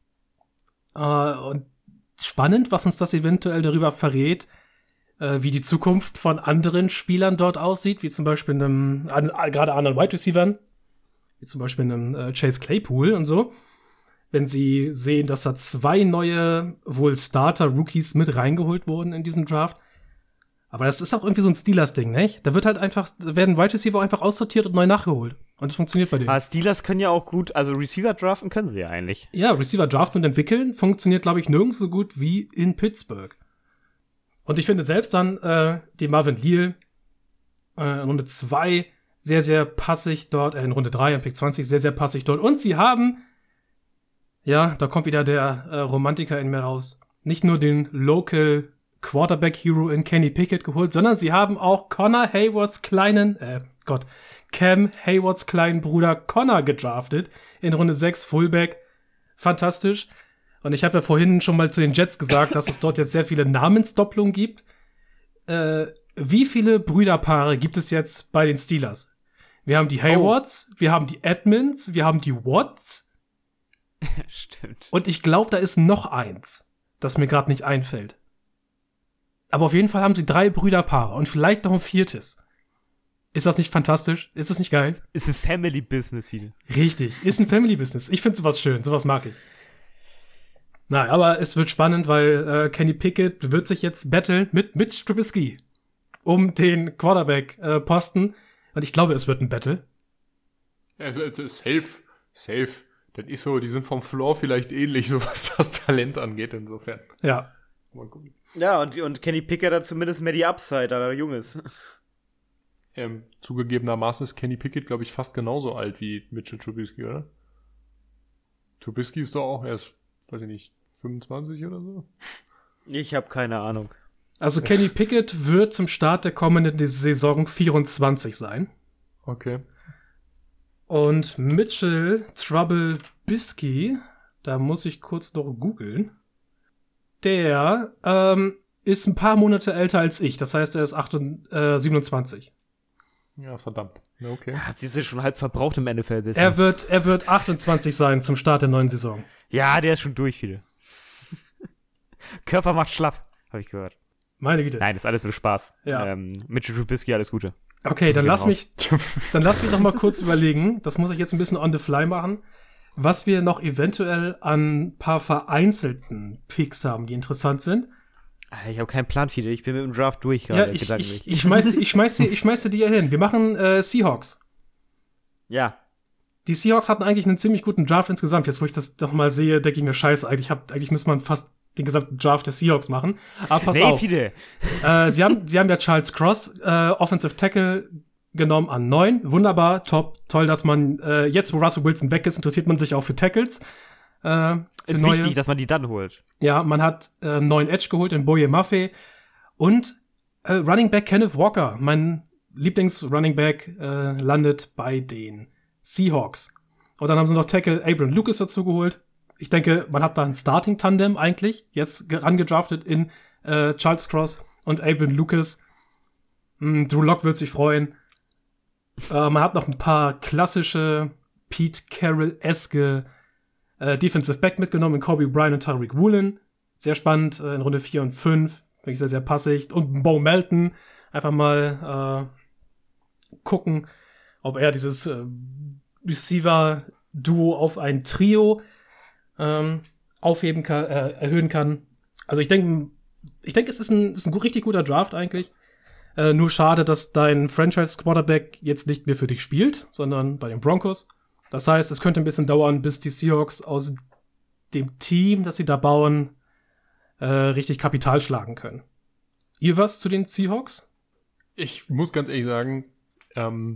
A: Und spannend, was uns das eventuell darüber verrät, wie die Zukunft von anderen Spielern dort aussieht, wie zum Beispiel gerade anderen Wide Receivern, wie zum Beispiel einem Chase Claypool und so. Wenn sie sehen, dass da 2 neue, wohl Starter-Rookies mit reingeholt wurden in diesen Draft. Aber das ist auch irgendwie so ein Steelers-Ding, nicht? Da werden Wide Receiver einfach aussortiert und neu nachgeholt. Und das funktioniert bei denen.
C: Aber Steelers können ja auch gut, also Receiver draften können sie ja eigentlich.
A: Ja, Receiver draften und entwickeln funktioniert, glaube ich, nirgends so gut wie in Pittsburgh. Und ich finde selbst dann die Marvin Leal in Runde 2 sehr, sehr passig dort, in Runde 3 an Pick 20 sehr, sehr passig dort. Und sie haben, ja, da kommt wieder der Romantiker in mir raus, nicht nur den Local Quarterback-Hero in Kenny Pickett geholt, sondern sie haben auch Cam Haywards kleinen Bruder Connor gedraftet in Runde 6, Fullback. Fantastisch. Und ich habe ja vorhin schon mal zu den Jets gesagt, dass es dort jetzt sehr viele Namensdoppelungen gibt. Wie viele Brüderpaare gibt es jetzt bei den Steelers? Wir haben die Haywards, wir haben die Edmonds, wir haben die Watts.
C: Stimmt.
A: Und ich glaube, da ist noch eins, das mir gerade nicht einfällt. Aber auf jeden Fall haben sie 3 Brüderpaare und vielleicht noch ein 4. Ist das nicht fantastisch? Ist das nicht geil?
C: Ist ein Family-Business viel.
A: Richtig, ist ein Family-Business. Ich finde sowas schön, sowas mag ich. Nein, aber es wird spannend, weil Kenny Pickett wird sich jetzt battlen mit Mitch Trubisky um den Quarterback-Posten. Und ich glaube, es wird ein Battle.
B: Also safe. Das ist so, die sind vom Floor vielleicht ähnlich, so was das Talent angeht, insofern.
A: Ja.
B: Mal gucken.
C: Ja, und Kenny Pickett hat zumindest mehr die Upside, da er jung ist.
B: Zugegebenermaßen ist Kenny Pickett, glaube ich, fast genauso alt wie Mitchell Trubisky, oder? Trubisky ist doch auch erst, weiß ich nicht, 25 oder so?
C: Ich habe keine Ahnung.
A: Also Kenny Pickett wird zum Start der kommenden Saison 24 sein.
B: Okay.
A: Und Mitchell Trubisky, da muss ich kurz noch googeln, der ist ein paar Monate älter als ich. Das heißt, er ist 27.
B: Ja, verdammt. Ja, okay.
C: Ja, sie ist schon halb verbraucht im NFL-Business.
A: Er wird 28 sein zum Start der neuen Saison.
C: Ja, der ist schon durch, viele. Körper macht schlapp, habe ich gehört.
A: Meine Güte.
C: Nein, ist alles nur Spaß.
A: Ja.
C: Mitchell Trubisky, alles Gute.
A: Okay, dann lass mich noch mal kurz überlegen. Das muss ich jetzt ein bisschen on the fly machen. Was wir noch eventuell an ein paar vereinzelten Picks haben, die interessant sind.
C: Ich habe keinen Plan, viele. Ich bin mit dem Draft durch gerade.
A: Ja, ich schmeiße die hier hin. Wir machen Seahawks.
C: Ja.
A: Die Seahawks hatten eigentlich einen ziemlich guten Draft insgesamt. Jetzt, wo ich das doch mal sehe, denke ich mir, scheiße, eigentlich müsste man fast den gesamten Draft der Seahawks machen. Aber pass auf.
C: Viele.
A: Sie haben ja Charles Cross, Offensive Tackle, genommen an 9. Wunderbar, top, toll, dass man jetzt, wo Russell Wilson weg ist, interessiert man sich auch für Tackles.
C: Ist wichtig, dass man die dann holt.
A: Ja, man hat einen neuen Edge geholt in Boye Maffei und Running Back Kenneth Walker, mein Lieblings-Running Back, landet bei den Seahawks. Und dann haben sie noch Tackle Abram Lucas dazu geholt. Ich denke, man hat da ein Starting-Tandem eigentlich, jetzt rangedraftet in Charles Cross und Abram Lucas. Drew Lock wird sich freuen. Man hat noch ein paar klassische Pete Carroll-eske Defensive Back mitgenommen in Kobe Bryant und Tariq Woolen. Sehr spannend, in Runde 4 und 5. Finde ich sehr, sehr passig. Und Bo Melton. Einfach mal gucken, ob er dieses Receiver-Duo auf ein Trio aufheben kann, erhöhen kann. Also ich denke, es ist ein richtig guter Draft eigentlich. Nur schade, dass dein Franchise-Quarterback jetzt nicht mehr für dich spielt, sondern bei den Broncos. Das heißt, es könnte ein bisschen dauern, bis die Seahawks aus dem Team, das sie da bauen, richtig Kapital schlagen können. Ihr was zu den Seahawks?
B: Ich muss ganz ehrlich sagen,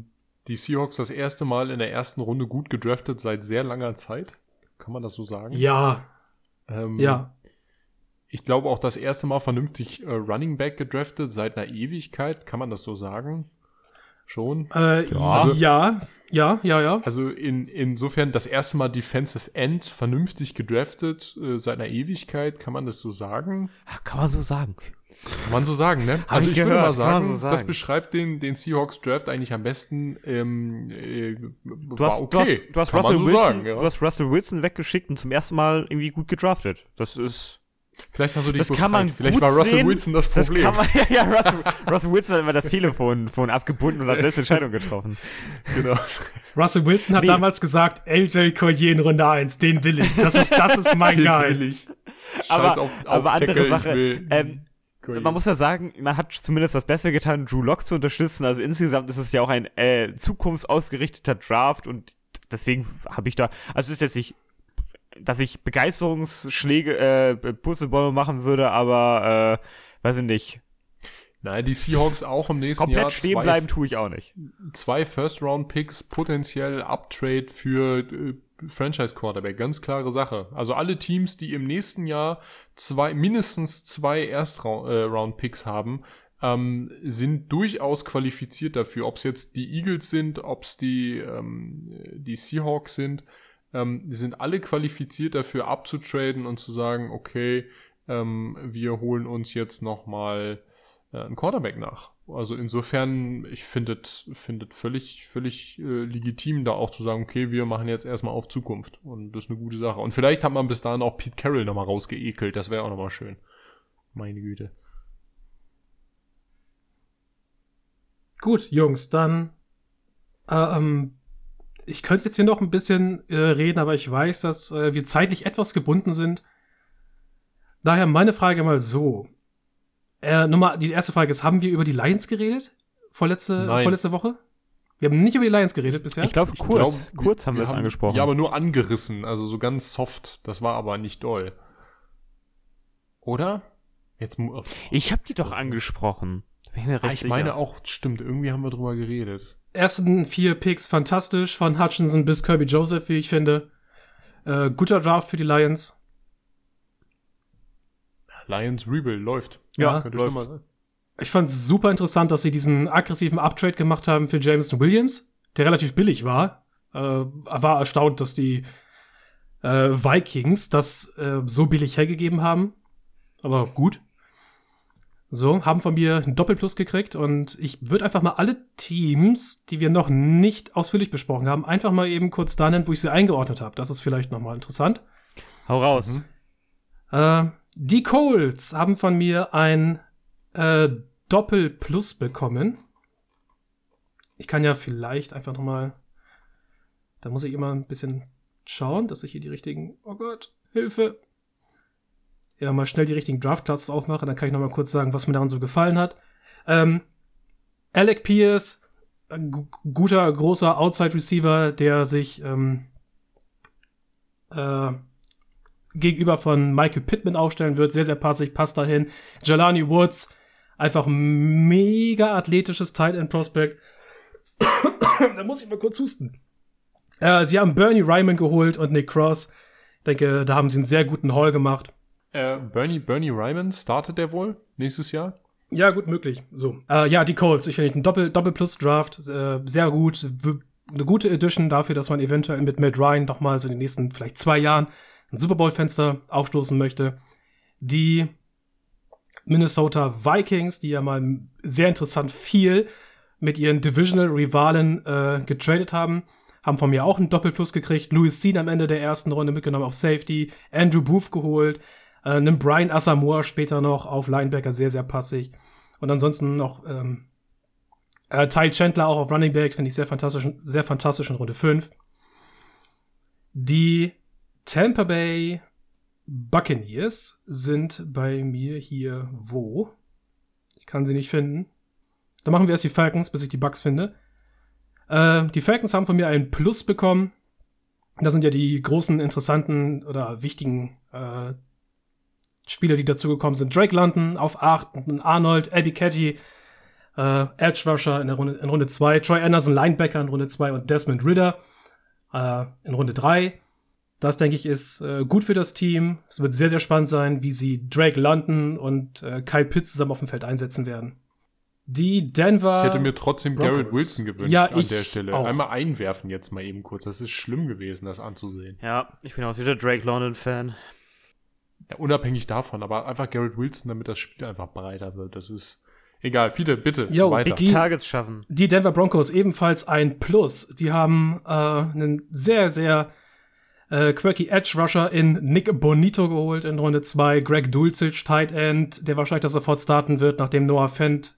B: die Seahawks das erste Mal in der ersten Runde gut gedraftet seit sehr langer Zeit. Kann man das so sagen?
A: Ja. Ja.
B: Ich glaube auch das erste Mal vernünftig Running Back gedraftet seit einer Ewigkeit. Kann man das so sagen? Schon?
A: Ja.
B: Also insofern das erste Mal Defensive End vernünftig gedraftet seit einer Ewigkeit. Kann man das so sagen?
C: Kann man so sagen.
B: Kann man so sagen, ne?
C: Hab ich
B: würde
C: gehört,
B: mal sagen,
C: kann man so sagen.
B: das beschreibt den Seahawks Draft eigentlich am besten.
C: Du hast Russell Wilson weggeschickt und zum ersten Mal irgendwie gut gedraftet. Das ist...
B: Vielleicht hast du dich
C: das kann man
B: Vielleicht war Russell
C: sehen.
B: Wilson das Problem.
C: Das kann man, Russell Wilson hat immer das Telefon abgebunden und hat selbst Entscheidungen getroffen.
B: Genau.
A: Russell Wilson hat damals gesagt, LJ Collier in Runde 1, den will ich. Das ist mein Guy.
C: Aber andere Sache, man muss ja sagen, man hat zumindest das Beste getan, Drew Lock zu unterstützen. Also insgesamt ist es ja auch ein zukunftsausgerichteter Draft und deswegen habe ich da, also es ist jetzt nicht, dass ich Begeisterungsschläge, Purzelbäume machen würde, aber weiß ich nicht.
B: Nein, die Seahawks auch im nächsten Jahr.
C: Komplett stehen bleiben tue ich auch nicht.
B: 2 First-Round-Picks, potenziell Uptrade für Franchise-Quarterback, ganz klare Sache. Also alle Teams, die im nächsten Jahr mindestens 2 Erst-Round-Picks haben, sind durchaus qualifiziert dafür. Ob es jetzt die Eagles sind, ob es die Seahawks sind, die sind alle qualifiziert dafür abzutraden und zu sagen, okay, wir holen uns jetzt nochmal einen Quarterback nach. Also insofern, ich finde völlig legitim, da auch zu sagen, okay, wir machen jetzt erstmal auf Zukunft. Und das ist eine gute Sache. Und vielleicht hat man bis dahin auch Pete Carroll nochmal rausgeekelt. Das wäre auch nochmal schön. Meine Güte.
A: Gut, Jungs, dann ich könnte jetzt hier noch ein bisschen reden, aber ich weiß, dass wir zeitlich etwas gebunden sind. Daher meine Frage mal so. Die erste Frage ist, haben wir über die Lions geredet? Vorletzte Woche? Wir haben nicht über die Lions geredet bisher.
C: Ich glaube, kurz haben wir es angesprochen.
B: Ja, aber nur angerissen, also so ganz soft. Das war aber nicht doll. Oder?
C: Ich habe die doch angesprochen.
B: Ich meine auch, stimmt, irgendwie haben wir drüber geredet.
A: Ersten 4 Picks fantastisch, von Hutchinson bis Kirby Joseph, wie ich finde. Guter Draft für die Lions.
B: Lions Rebuild läuft.
A: Ja,
B: könnte
A: läuft.
B: schon mal sein.
A: Ich fand es super interessant, dass sie diesen aggressiven Uptrade gemacht haben für Jameson Williams, der relativ billig war. War erstaunt, dass die Vikings das so billig hergegeben haben. Aber gut. So, haben von mir einen Doppelplus gekriegt und ich würde einfach mal alle Teams, die wir noch nicht ausführlich besprochen haben, einfach mal eben kurz da nennen, wo ich sie eingeordnet habe. Das ist vielleicht nochmal interessant.
C: Hau raus.
A: Die Colts haben von mir ein Doppelplus bekommen. Ich kann ja vielleicht einfach nochmal, da muss ich immer ein bisschen schauen, dass ich hier die richtigen, oh Gott, Hilfe. Ja, mal schnell die richtigen Draft-Classes aufmache, dann kann ich noch mal kurz sagen, was mir daran so gefallen hat. Alec Pierce, guter, großer Outside-Receiver, der sich gegenüber von Michael Pittman aufstellen wird. Sehr, sehr passig, passt dahin. Jelani Woods, einfach mega athletisches Tight End Prospect. Da muss ich mal kurz husten. Sie haben Bernie Ryman geholt und Nick Cross. Ich denke, da haben sie einen sehr guten Haul gemacht.
B: Bernie Ryman, startet der wohl nächstes Jahr?
A: Ja, gut möglich. So. Die Colts, ich finde einen Doppel-Plus-Draft sehr gut. Eine gute Edition dafür, dass man eventuell mit Matt Ryan doch mal so in den nächsten vielleicht 2 Jahren ein Super Bowl-Fenster aufstoßen möchte. Die Minnesota Vikings, die ja mal sehr interessant viel mit ihren Divisional-Rivalen getradet haben von mir auch einen Doppelplus gekriegt. Louis Sean am Ende der ersten Runde mitgenommen auf Safety. Andrew Booth geholt. Einen Brian Asamoah später noch auf Linebacker, sehr, sehr passig. Und ansonsten noch Ty Chandler auch auf Running Back, finde ich sehr fantastisch in Runde 5. Die Tampa Bay Buccaneers sind bei mir hier wo? Ich kann sie nicht finden. Dann machen wir erst die Falcons, bis ich die Bucks finde. Die Falcons haben von mir einen Plus bekommen. Das sind ja die großen, interessanten oder wichtigen Spieler, die dazugekommen sind. Drake London auf 8, Arnold, Abby Ketty, Edge Rusher in Runde 2, Troy Anderson Linebacker in Runde 2 und Desmond Ridder in Runde 3. Das, denke ich, ist gut für das Team. Es wird sehr, sehr spannend sein, wie sie Drake London und Kyle Pitts zusammen auf dem Feld einsetzen werden. Die Denver
B: Ich hätte mir trotzdem
A: Broncos.
B: Garrett Wilson gewünscht an der Stelle.
A: Auch.
B: Einmal einwerfen jetzt mal eben kurz. Das ist schlimm gewesen, das anzusehen.
C: Ja, ich bin auch wieder Drake London-Fan.
B: Ja, unabhängig davon, aber einfach Garrett Wilson, damit das Spiel einfach breiter wird. Das ist egal. Viele, bitte, weiter.
C: Die Targets schaffen.
A: Die Denver Broncos ebenfalls ein Plus. Die haben einen sehr, sehr quirky Edge Rusher in Nick Bonito geholt in Runde 2. Greg Dulcich, Tight End, der wahrscheinlich sofort starten wird, nachdem Noah Fent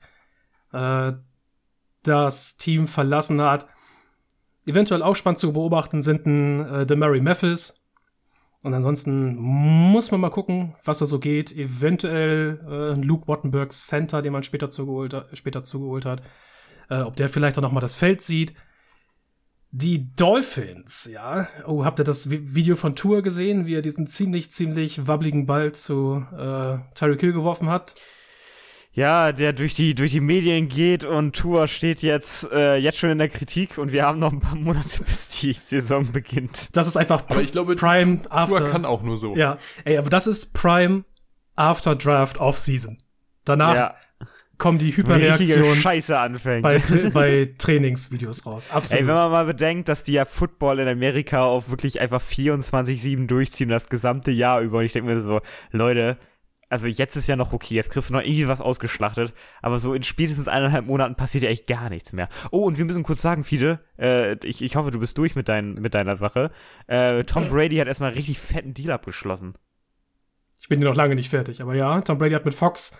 A: das Team verlassen hat. Eventuell auch spannend zu beobachten sind ein Demary Mathis. Und ansonsten muss man mal gucken, was da so geht. Eventuell Luke Wattenberg Center, den man später zugeholt hat. Ob der vielleicht auch noch mal das Feld sieht. Die Dolphins, ja. Oh, habt ihr das Video von Tua gesehen, wie er diesen ziemlich, ziemlich wabbligen Ball zu Tyreek Hill geworfen hat?
C: Ja, der durch die Medien geht und Tua steht jetzt schon in der Kritik und wir haben noch ein paar Monate, bis die Saison beginnt.
A: Das ist einfach
B: aber ich glaube,
A: Prime
B: Tua
A: After.
B: kann auch nur so.
A: Ja, aber das ist Prime After Draft Off-Season. Danach kommen die Hyperreaktionen
C: Scheiße anfängt.
A: bei Trainingsvideos raus. Absolut.
C: Ey, wenn man mal bedenkt, dass die ja Football in Amerika auch wirklich einfach 24/7 durchziehen, das gesamte Jahr über. Und ich denke mir so, Leute, also jetzt ist ja noch okay, jetzt kriegst du noch irgendwie was ausgeschlachtet, aber so in spätestens 1,5 Monaten passiert ja echt gar nichts mehr. Oh, und wir müssen kurz sagen, Fide, ich hoffe, du bist durch mit deiner Sache. Tom Brady hat erstmal einen richtig fetten Deal abgeschlossen.
A: Ich bin hier noch lange nicht fertig, aber ja, Tom Brady hat mit Fox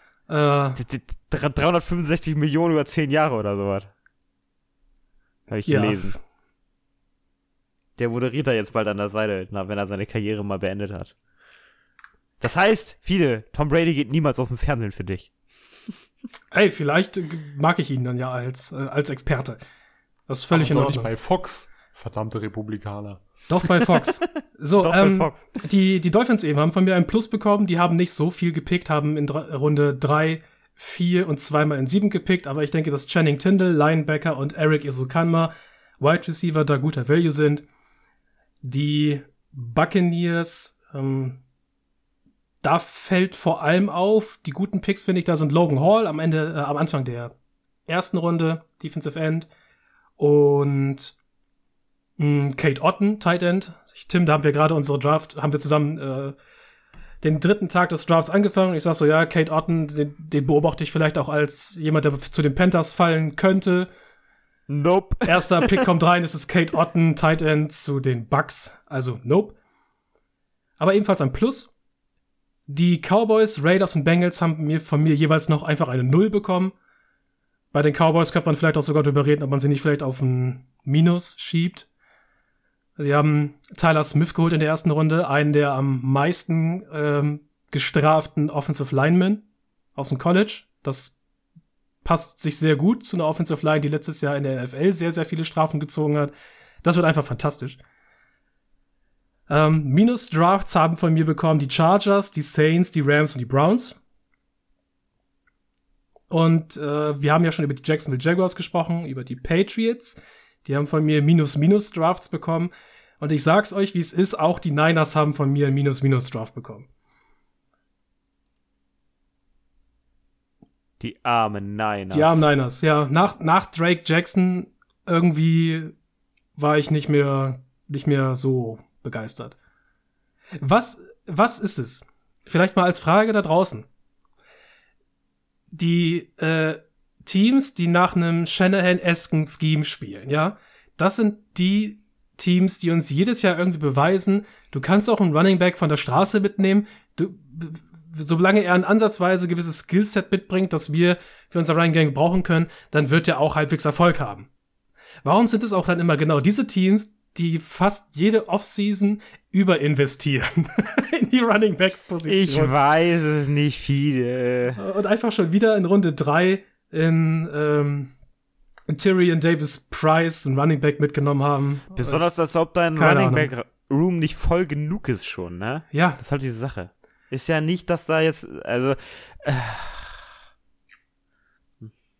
C: 365 Millionen über 10 Jahre oder sowas. Habe ich gelesen. Der moderiert da jetzt bald an der Seite, wenn er seine Karriere mal beendet hat. Das heißt, Tom Brady geht niemals aus dem Fernsehen für dich.
A: Ey, vielleicht mag ich ihn dann ja als Experte. Das ist völlig in
B: aber
A: Ordnung.
B: doch nicht bei Fox, verdammte Republikaner.
A: Doch bei Fox. So,
C: Doch bei Fox.
A: Die Dolphins eben haben von mir einen Plus bekommen. Die haben nicht so viel gepickt, haben in Runde 3, 4 und zweimal in 7 gepickt. Aber ich denke, dass Channing Tindall, Linebacker und Eric Izukanma, Wide Receiver, da guter Value sind. Die Buccaneers, da fällt vor allem auf, die guten Picks, finde ich, da sind Logan Hall am Anfang der ersten Runde, Defensive End, und Kate Otten, Tight End. Tim, da haben wir gerade haben wir zusammen den dritten Tag des Drafts angefangen. Ich sag so, ja, Kate Otten, den beobachte ich vielleicht auch als jemand, der zu den Panthers fallen könnte.
C: Nope.
A: Erster Pick kommt rein, es ist Kate Otten, Tight End zu den Bucks. Also, nope. Aber ebenfalls ein Plus. Die Cowboys, Raiders und Bengals haben von mir jeweils noch einfach eine 0 bekommen. Bei den Cowboys könnte man vielleicht auch sogar darüber reden, ob man sie nicht vielleicht auf ein Minus schiebt. Sie haben Tyler Smith geholt in der ersten Runde, einen der am meisten gestraften Offensive Linemen aus dem College. Das passt sich sehr gut zu einer Offensive Line, die letztes Jahr in der NFL sehr, sehr viele Strafen gezogen hat. Das wird einfach fantastisch. Minus-Drafts haben von mir bekommen die Chargers, die Saints, die Rams und die Browns. Und wir haben ja schon über die Jacksonville Jaguars gesprochen, über die Patriots. Die haben von mir Minus-Drafts bekommen. Und ich sag's euch, wie es ist, auch die Niners haben von mir einen Minus-Draft bekommen.
C: Die armen Niners.
A: Die armen Niners, ja. Nach Drake Jackson irgendwie war ich nicht mehr so begeistert. Was ist es? Vielleicht mal als Frage da draußen. Die Teams, die nach einem Shanahan-esken Scheme spielen, ja, das sind die Teams, die uns jedes Jahr irgendwie beweisen, du kannst auch einen Running Back von der Straße mitnehmen, solange er ein ansatzweise gewisses Skillset mitbringt, das wir für unser Running Game brauchen können, dann wird er auch halbwegs Erfolg haben. Warum sind es auch dann immer genau diese Teams, die fast jede Offseason überinvestieren in die Running Backs Position?
C: Ich weiß es nicht, viele.
A: Und einfach schon wieder in Runde 3 in Tyrion Davis Price, ein Running Back, mitgenommen haben.
C: Besonders, als ob dein Running Back Room nicht voll genug ist schon, ne?
A: Ja.
C: Das ist halt diese Sache. Ist ja nicht, dass da jetzt, also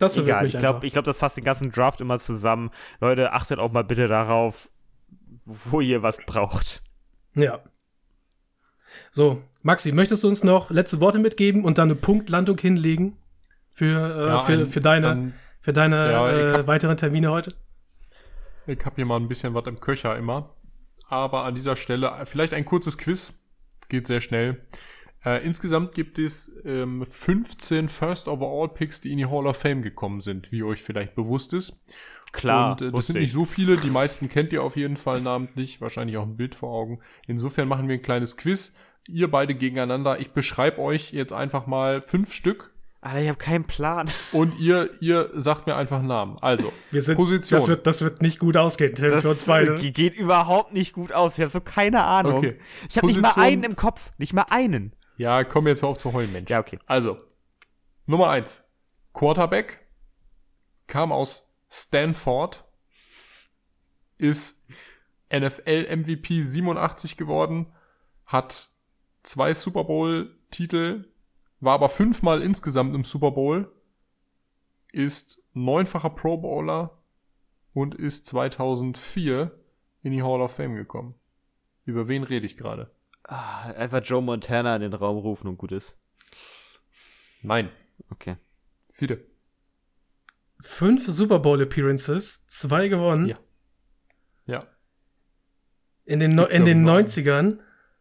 A: Das verwirrt
C: egal.
A: mich einfach.
C: Ich glaube, das fasst den ganzen Draft immer zusammen. Leute, achtet auch mal bitte darauf, wo ihr was braucht.
A: Ja. So, Maxi, möchtest du uns noch letzte Worte mitgeben und dann eine Punktlandung hinlegen für deine weiteren Termine heute?
B: Ich habe hier mal ein bisschen was im Köcher immer. Aber an dieser Stelle vielleicht ein kurzes Quiz. Geht sehr schnell. Insgesamt gibt es 15 First Overall Picks, die in die Hall of Fame gekommen sind, wie euch vielleicht bewusst ist.
C: Klar,
B: Und das sind nicht so viele. Die meisten kennt ihr auf jeden Fall namentlich. Wahrscheinlich auch ein Bild vor Augen. Insofern machen wir ein kleines Quiz. Ihr beide gegeneinander. Ich beschreibe euch jetzt einfach mal 5 Stück.
C: Alter, ich habe keinen Plan.
B: Und ihr sagt mir einfach einen Namen. Also, Position.
A: Das wird nicht gut ausgehen, Tim, für uns beide.
C: Das geht überhaupt nicht gut aus. Ich habe so keine Ahnung.
B: Okay.
C: Ich habe nicht mal einen im Kopf. Nicht mal einen.
B: Ja, komm jetzt auf zu heulen, Mensch.
C: Ja, okay.
B: Also, Nummer 1. Quarterback. Kam aus Stanford. Ist NFL-MVP 87 geworden. Hat 2 Super Bowl-Titel. War aber 5-mal insgesamt im Super Bowl. Ist 9-facher Pro Bowler. Und ist 2004 in die Hall of Fame gekommen. Über wen rede ich gerade?
C: Einfach Joe Montana in den Raum rufen und gut ist.
B: Nein.
C: Okay.
B: Viele.
A: 5 Super Bowl Appearances, 2 gewonnen.
B: Ja. Ja.
A: In den 90ern.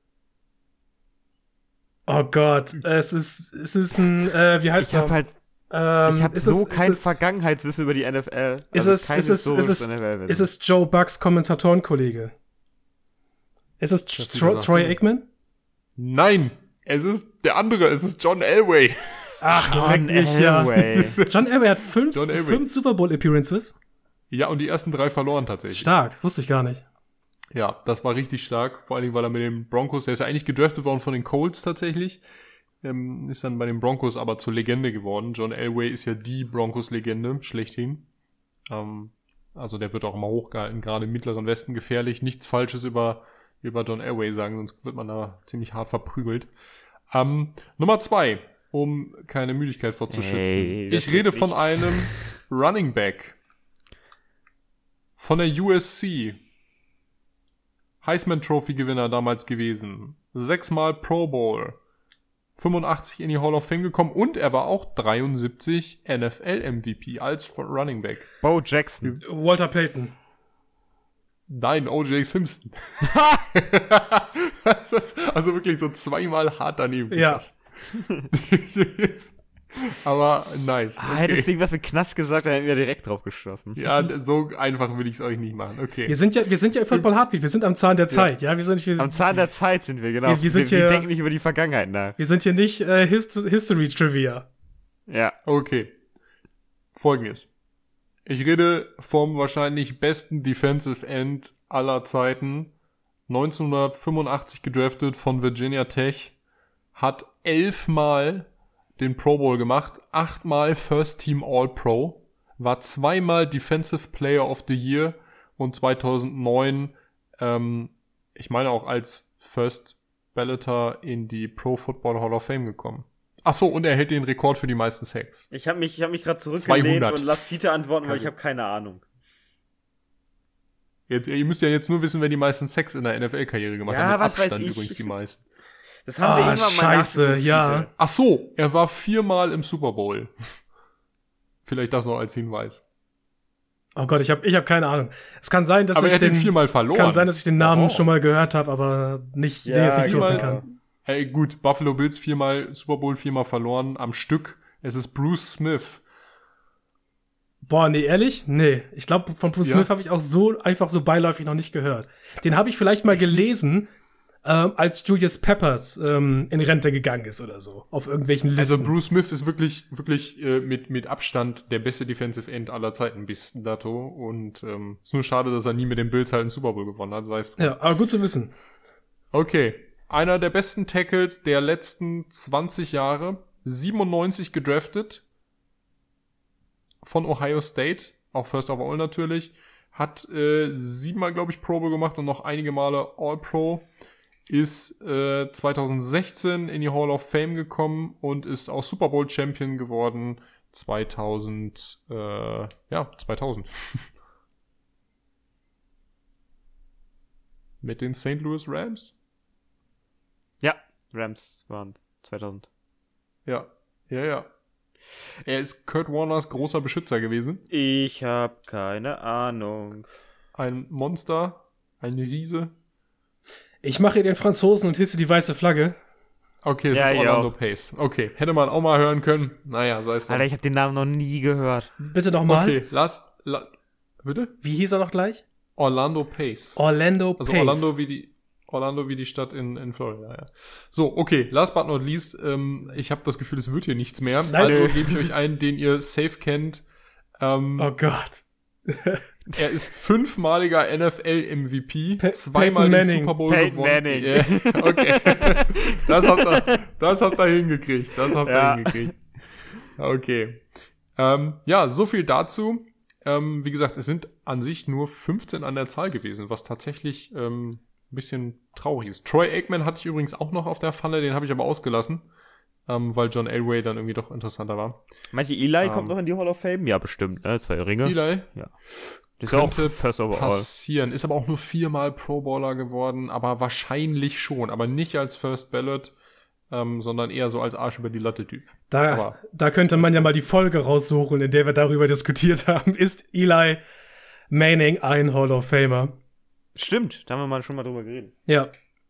A: Oh Gott, es ist ein, wie heißt
C: Ich habe halt, ich habe so kein Vergangenheitswissen über die NFL.
A: Ist es Joe Bucks Kommentatorenkollege? Ist es Troy Aikman?
B: Nein, es ist der andere, es ist John Elway.
A: Ach,
C: John Elway.
A: John Elway hat 5 Super Bowl Appearances.
B: Ja, und die ersten 3 verloren tatsächlich.
A: Stark, wusste ich gar nicht.
B: Ja, das war richtig stark, vor allen Dingen, weil er mit den Broncos, der ist ja eigentlich gedraftet worden von den Colts tatsächlich, ist dann bei den Broncos aber zur Legende geworden. John Elway ist ja die Broncos-Legende, schlechthin. Also der wird auch immer hochgehalten, gerade im Mittleren Westen gefährlich. Nichts Falsches über John Elway sagen, sonst wird man da ziemlich hart verprügelt. Nummer 2, um keine Müdigkeit vorzuschützen. Ich rede von einem Running Back von der USC. Heisman-Trophy-Gewinner damals gewesen. 6-mal Pro Bowl. 85 in die Hall of Fame gekommen und er war auch 73 NFL-MVP als Running Back.
C: Bo Jackson.
A: Walter Payton.
B: Nein, O.J. Simpson. Also wirklich so 2-mal hart daneben geschossen. Ja. Aber nice.
C: Okay. Hättest du irgendwas mit Knast gesagt, dann hätten wir direkt drauf geschossen.
B: Ja, so einfach will ich es euch nicht machen. Okay.
A: Wir sind ja im Football Heartbeat. Wir sind am Zahn der Zeit. Ja,
C: am Zahn der Zeit sind wir, genau. Wir denken nicht über die Vergangenheit nach.
A: Wir sind hier nicht History Trivia.
C: Ja.
B: Okay. Folgendes. Ich rede vom wahrscheinlich besten Defensive End aller Zeiten. 1985 gedraftet von Virginia Tech. Hat 11-mal den Pro Bowl gemacht, 8-mal First Team All-Pro, war 2-mal Defensive Player of the Year und 2009, ich meine auch als First Balloter in die Pro Football Hall of Fame gekommen. Ach so, und er hält den Rekord für die meisten Sacks.
C: Ich hab mich gerade zurückgelehnt
B: 200.
C: und lass Fiete antworten, weil ich habe keine Ahnung.
B: Ihr müsst ja jetzt nur wissen, wer die meisten Sacks in der NFL-Karriere gemacht hat. Mit
C: was
B: Abstand
C: weiß ich.
B: übrigens die meisten.
C: Das haben wir irgendwann mal
A: Scheiße, ja.
B: Ach so, er war 4-mal im Super Bowl. Vielleicht das noch als Hinweis.
A: Oh Gott, ich hab keine Ahnung. Es kann sein, dass
B: aber
A: ich
B: er hat den 4-mal verloren.
A: Kann sein, dass ich den Namen schon mal gehört habe, aber nicht, den jetzt nicht zuordnen kann.
B: Hey, gut, Buffalo Bills 4-mal Super Bowl, 4-mal verloren am Stück. Es ist Bruce Smith.
A: Boah, nee, ehrlich? Nee. Ich glaube, von Bruce Smith habe ich auch einfach so beiläufig noch nicht gehört. Den habe ich vielleicht mal gelesen, als Julius Peppers in Rente gegangen ist oder so, auf irgendwelchen Listen.
B: Also Bruce Smith ist wirklich mit Abstand der beste Defensive End aller Zeiten bis dato und ist nur schade, dass er nie mit den Bills halt einen Super Bowl gewonnen hat, sei es drum.
A: Ja, aber gut zu wissen.
B: Okay, einer der besten Tackles der letzten 20 Jahre, 97 gedraftet von Ohio State, auch First Overall natürlich, hat 7-mal, glaube ich, Pro Bowl gemacht und noch einige Male All-Pro. ist 2016 in die Hall of Fame gekommen und ist auch Super Bowl Champion geworden 2000. Mit den St. Louis Rams?
C: Ja, Rams waren 2000.
B: Ja. Er ist Kurt Warners großer Beschützer gewesen.
C: Ich habe keine Ahnung.
B: Ein Monster, ein Riese.
A: Ich mache hier den Franzosen und hisse die weiße Flagge.
B: Okay, es
C: Ja,
B: ist
C: ich
B: Orlando
C: auch.
B: Pace. Okay, hätte man auch mal hören können. Naja, sei es drum.
C: Alter, ich habe den Namen noch nie gehört.
A: Bitte nochmal.
B: Okay, bitte?
A: Wie hieß er noch gleich?
B: Orlando Pace.
A: Orlando Pace.
B: Also Orlando wie die Stadt in Florida, ja. So, okay, last but not least, ich habe das Gefühl, es wird hier nichts mehr.
A: Nein,
B: also
A: nö.
B: gebe ich euch einen, den ihr safe kennt.
A: Oh Gott.
B: Er ist 5-maliger NFL-MVP,
A: Peyton
B: zweimal den
A: Manning.
B: Super Bowl
C: Peyton
B: gewonnen.
C: Manning.
B: Yeah, okay. Das habt ihr hingekriegt. Okay. Ja, so viel dazu. Wie gesagt, es sind an sich nur 15 an der Zahl gewesen, was tatsächlich ein bisschen traurig ist. Troy Aikman hatte ich übrigens auch noch auf der Pfanne, den habe ich aber ausgelassen, weil John Elway dann irgendwie doch interessanter war.
C: Manche Eli kommt noch in die Hall of Fame? Ja, bestimmt, ne? 2 Ringe.
B: Eli?
C: Ja. Das ist ja auch
B: Könnte
C: First Overall.
B: passieren. Ist aber auch nur 4-mal Pro Bowler geworden, aber wahrscheinlich schon. Aber nicht als First Ballot, sondern eher so als Arsch über die Latte-Typ.
A: Da könnte man ja mal die Folge raussuchen, in der wir darüber diskutiert haben. Ist Eli Manning ein Hall of Famer?
C: Stimmt, da haben wir schon mal drüber geredet.
A: Ja.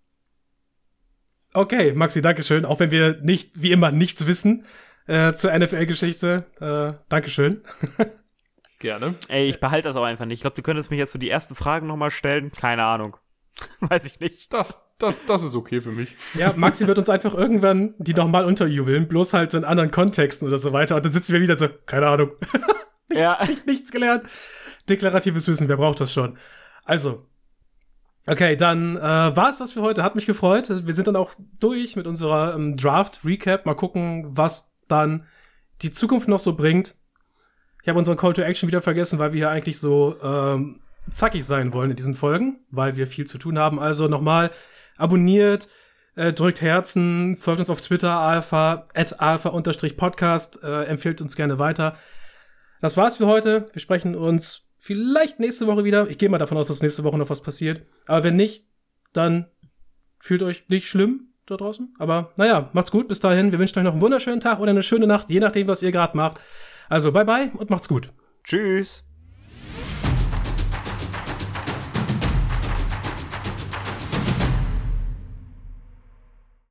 A: Okay, Maxi, dankeschön. Auch wenn wir nicht, wie immer, nichts wissen zur NFL-Geschichte. Dankeschön.
B: Gerne.
C: Ey, ich behalte das auch einfach nicht. Ich glaube, du könntest mich jetzt so die ersten Fragen nochmal stellen. Keine Ahnung. Weiß ich nicht.
B: Das ist okay für mich.
A: Ja, Maxi wird uns einfach irgendwann die nochmal unterjubeln, bloß halt in anderen Kontexten oder so weiter. Und dann sitzen wir wieder so, keine Ahnung. Nichts gelernt. Deklaratives Wissen, wer braucht das schon? Also, okay, dann war's das für heute. Hat mich gefreut. Wir sind dann auch durch mit unserer Draft-Recap. Mal gucken, was dann die Zukunft noch so bringt. Ich habe unseren Call to Action wieder vergessen, weil wir hier eigentlich so zackig sein wollen in diesen Folgen, weil wir viel zu tun haben. Also nochmal abonniert, drückt Herzen, folgt uns auf Twitter, @alpha_podcast, empfiehlt uns gerne weiter. Das war's für heute. Wir sprechen uns vielleicht nächste Woche wieder. Ich gehe mal davon aus, dass nächste Woche noch was passiert. Aber wenn nicht, dann fühlt euch nicht schlimm da draußen. Aber naja, macht's gut. Bis dahin. Wir wünschen euch noch einen wunderschönen Tag oder eine schöne Nacht, je nachdem, was ihr gerade macht. Also bye bye und macht's gut.
C: Tschüss.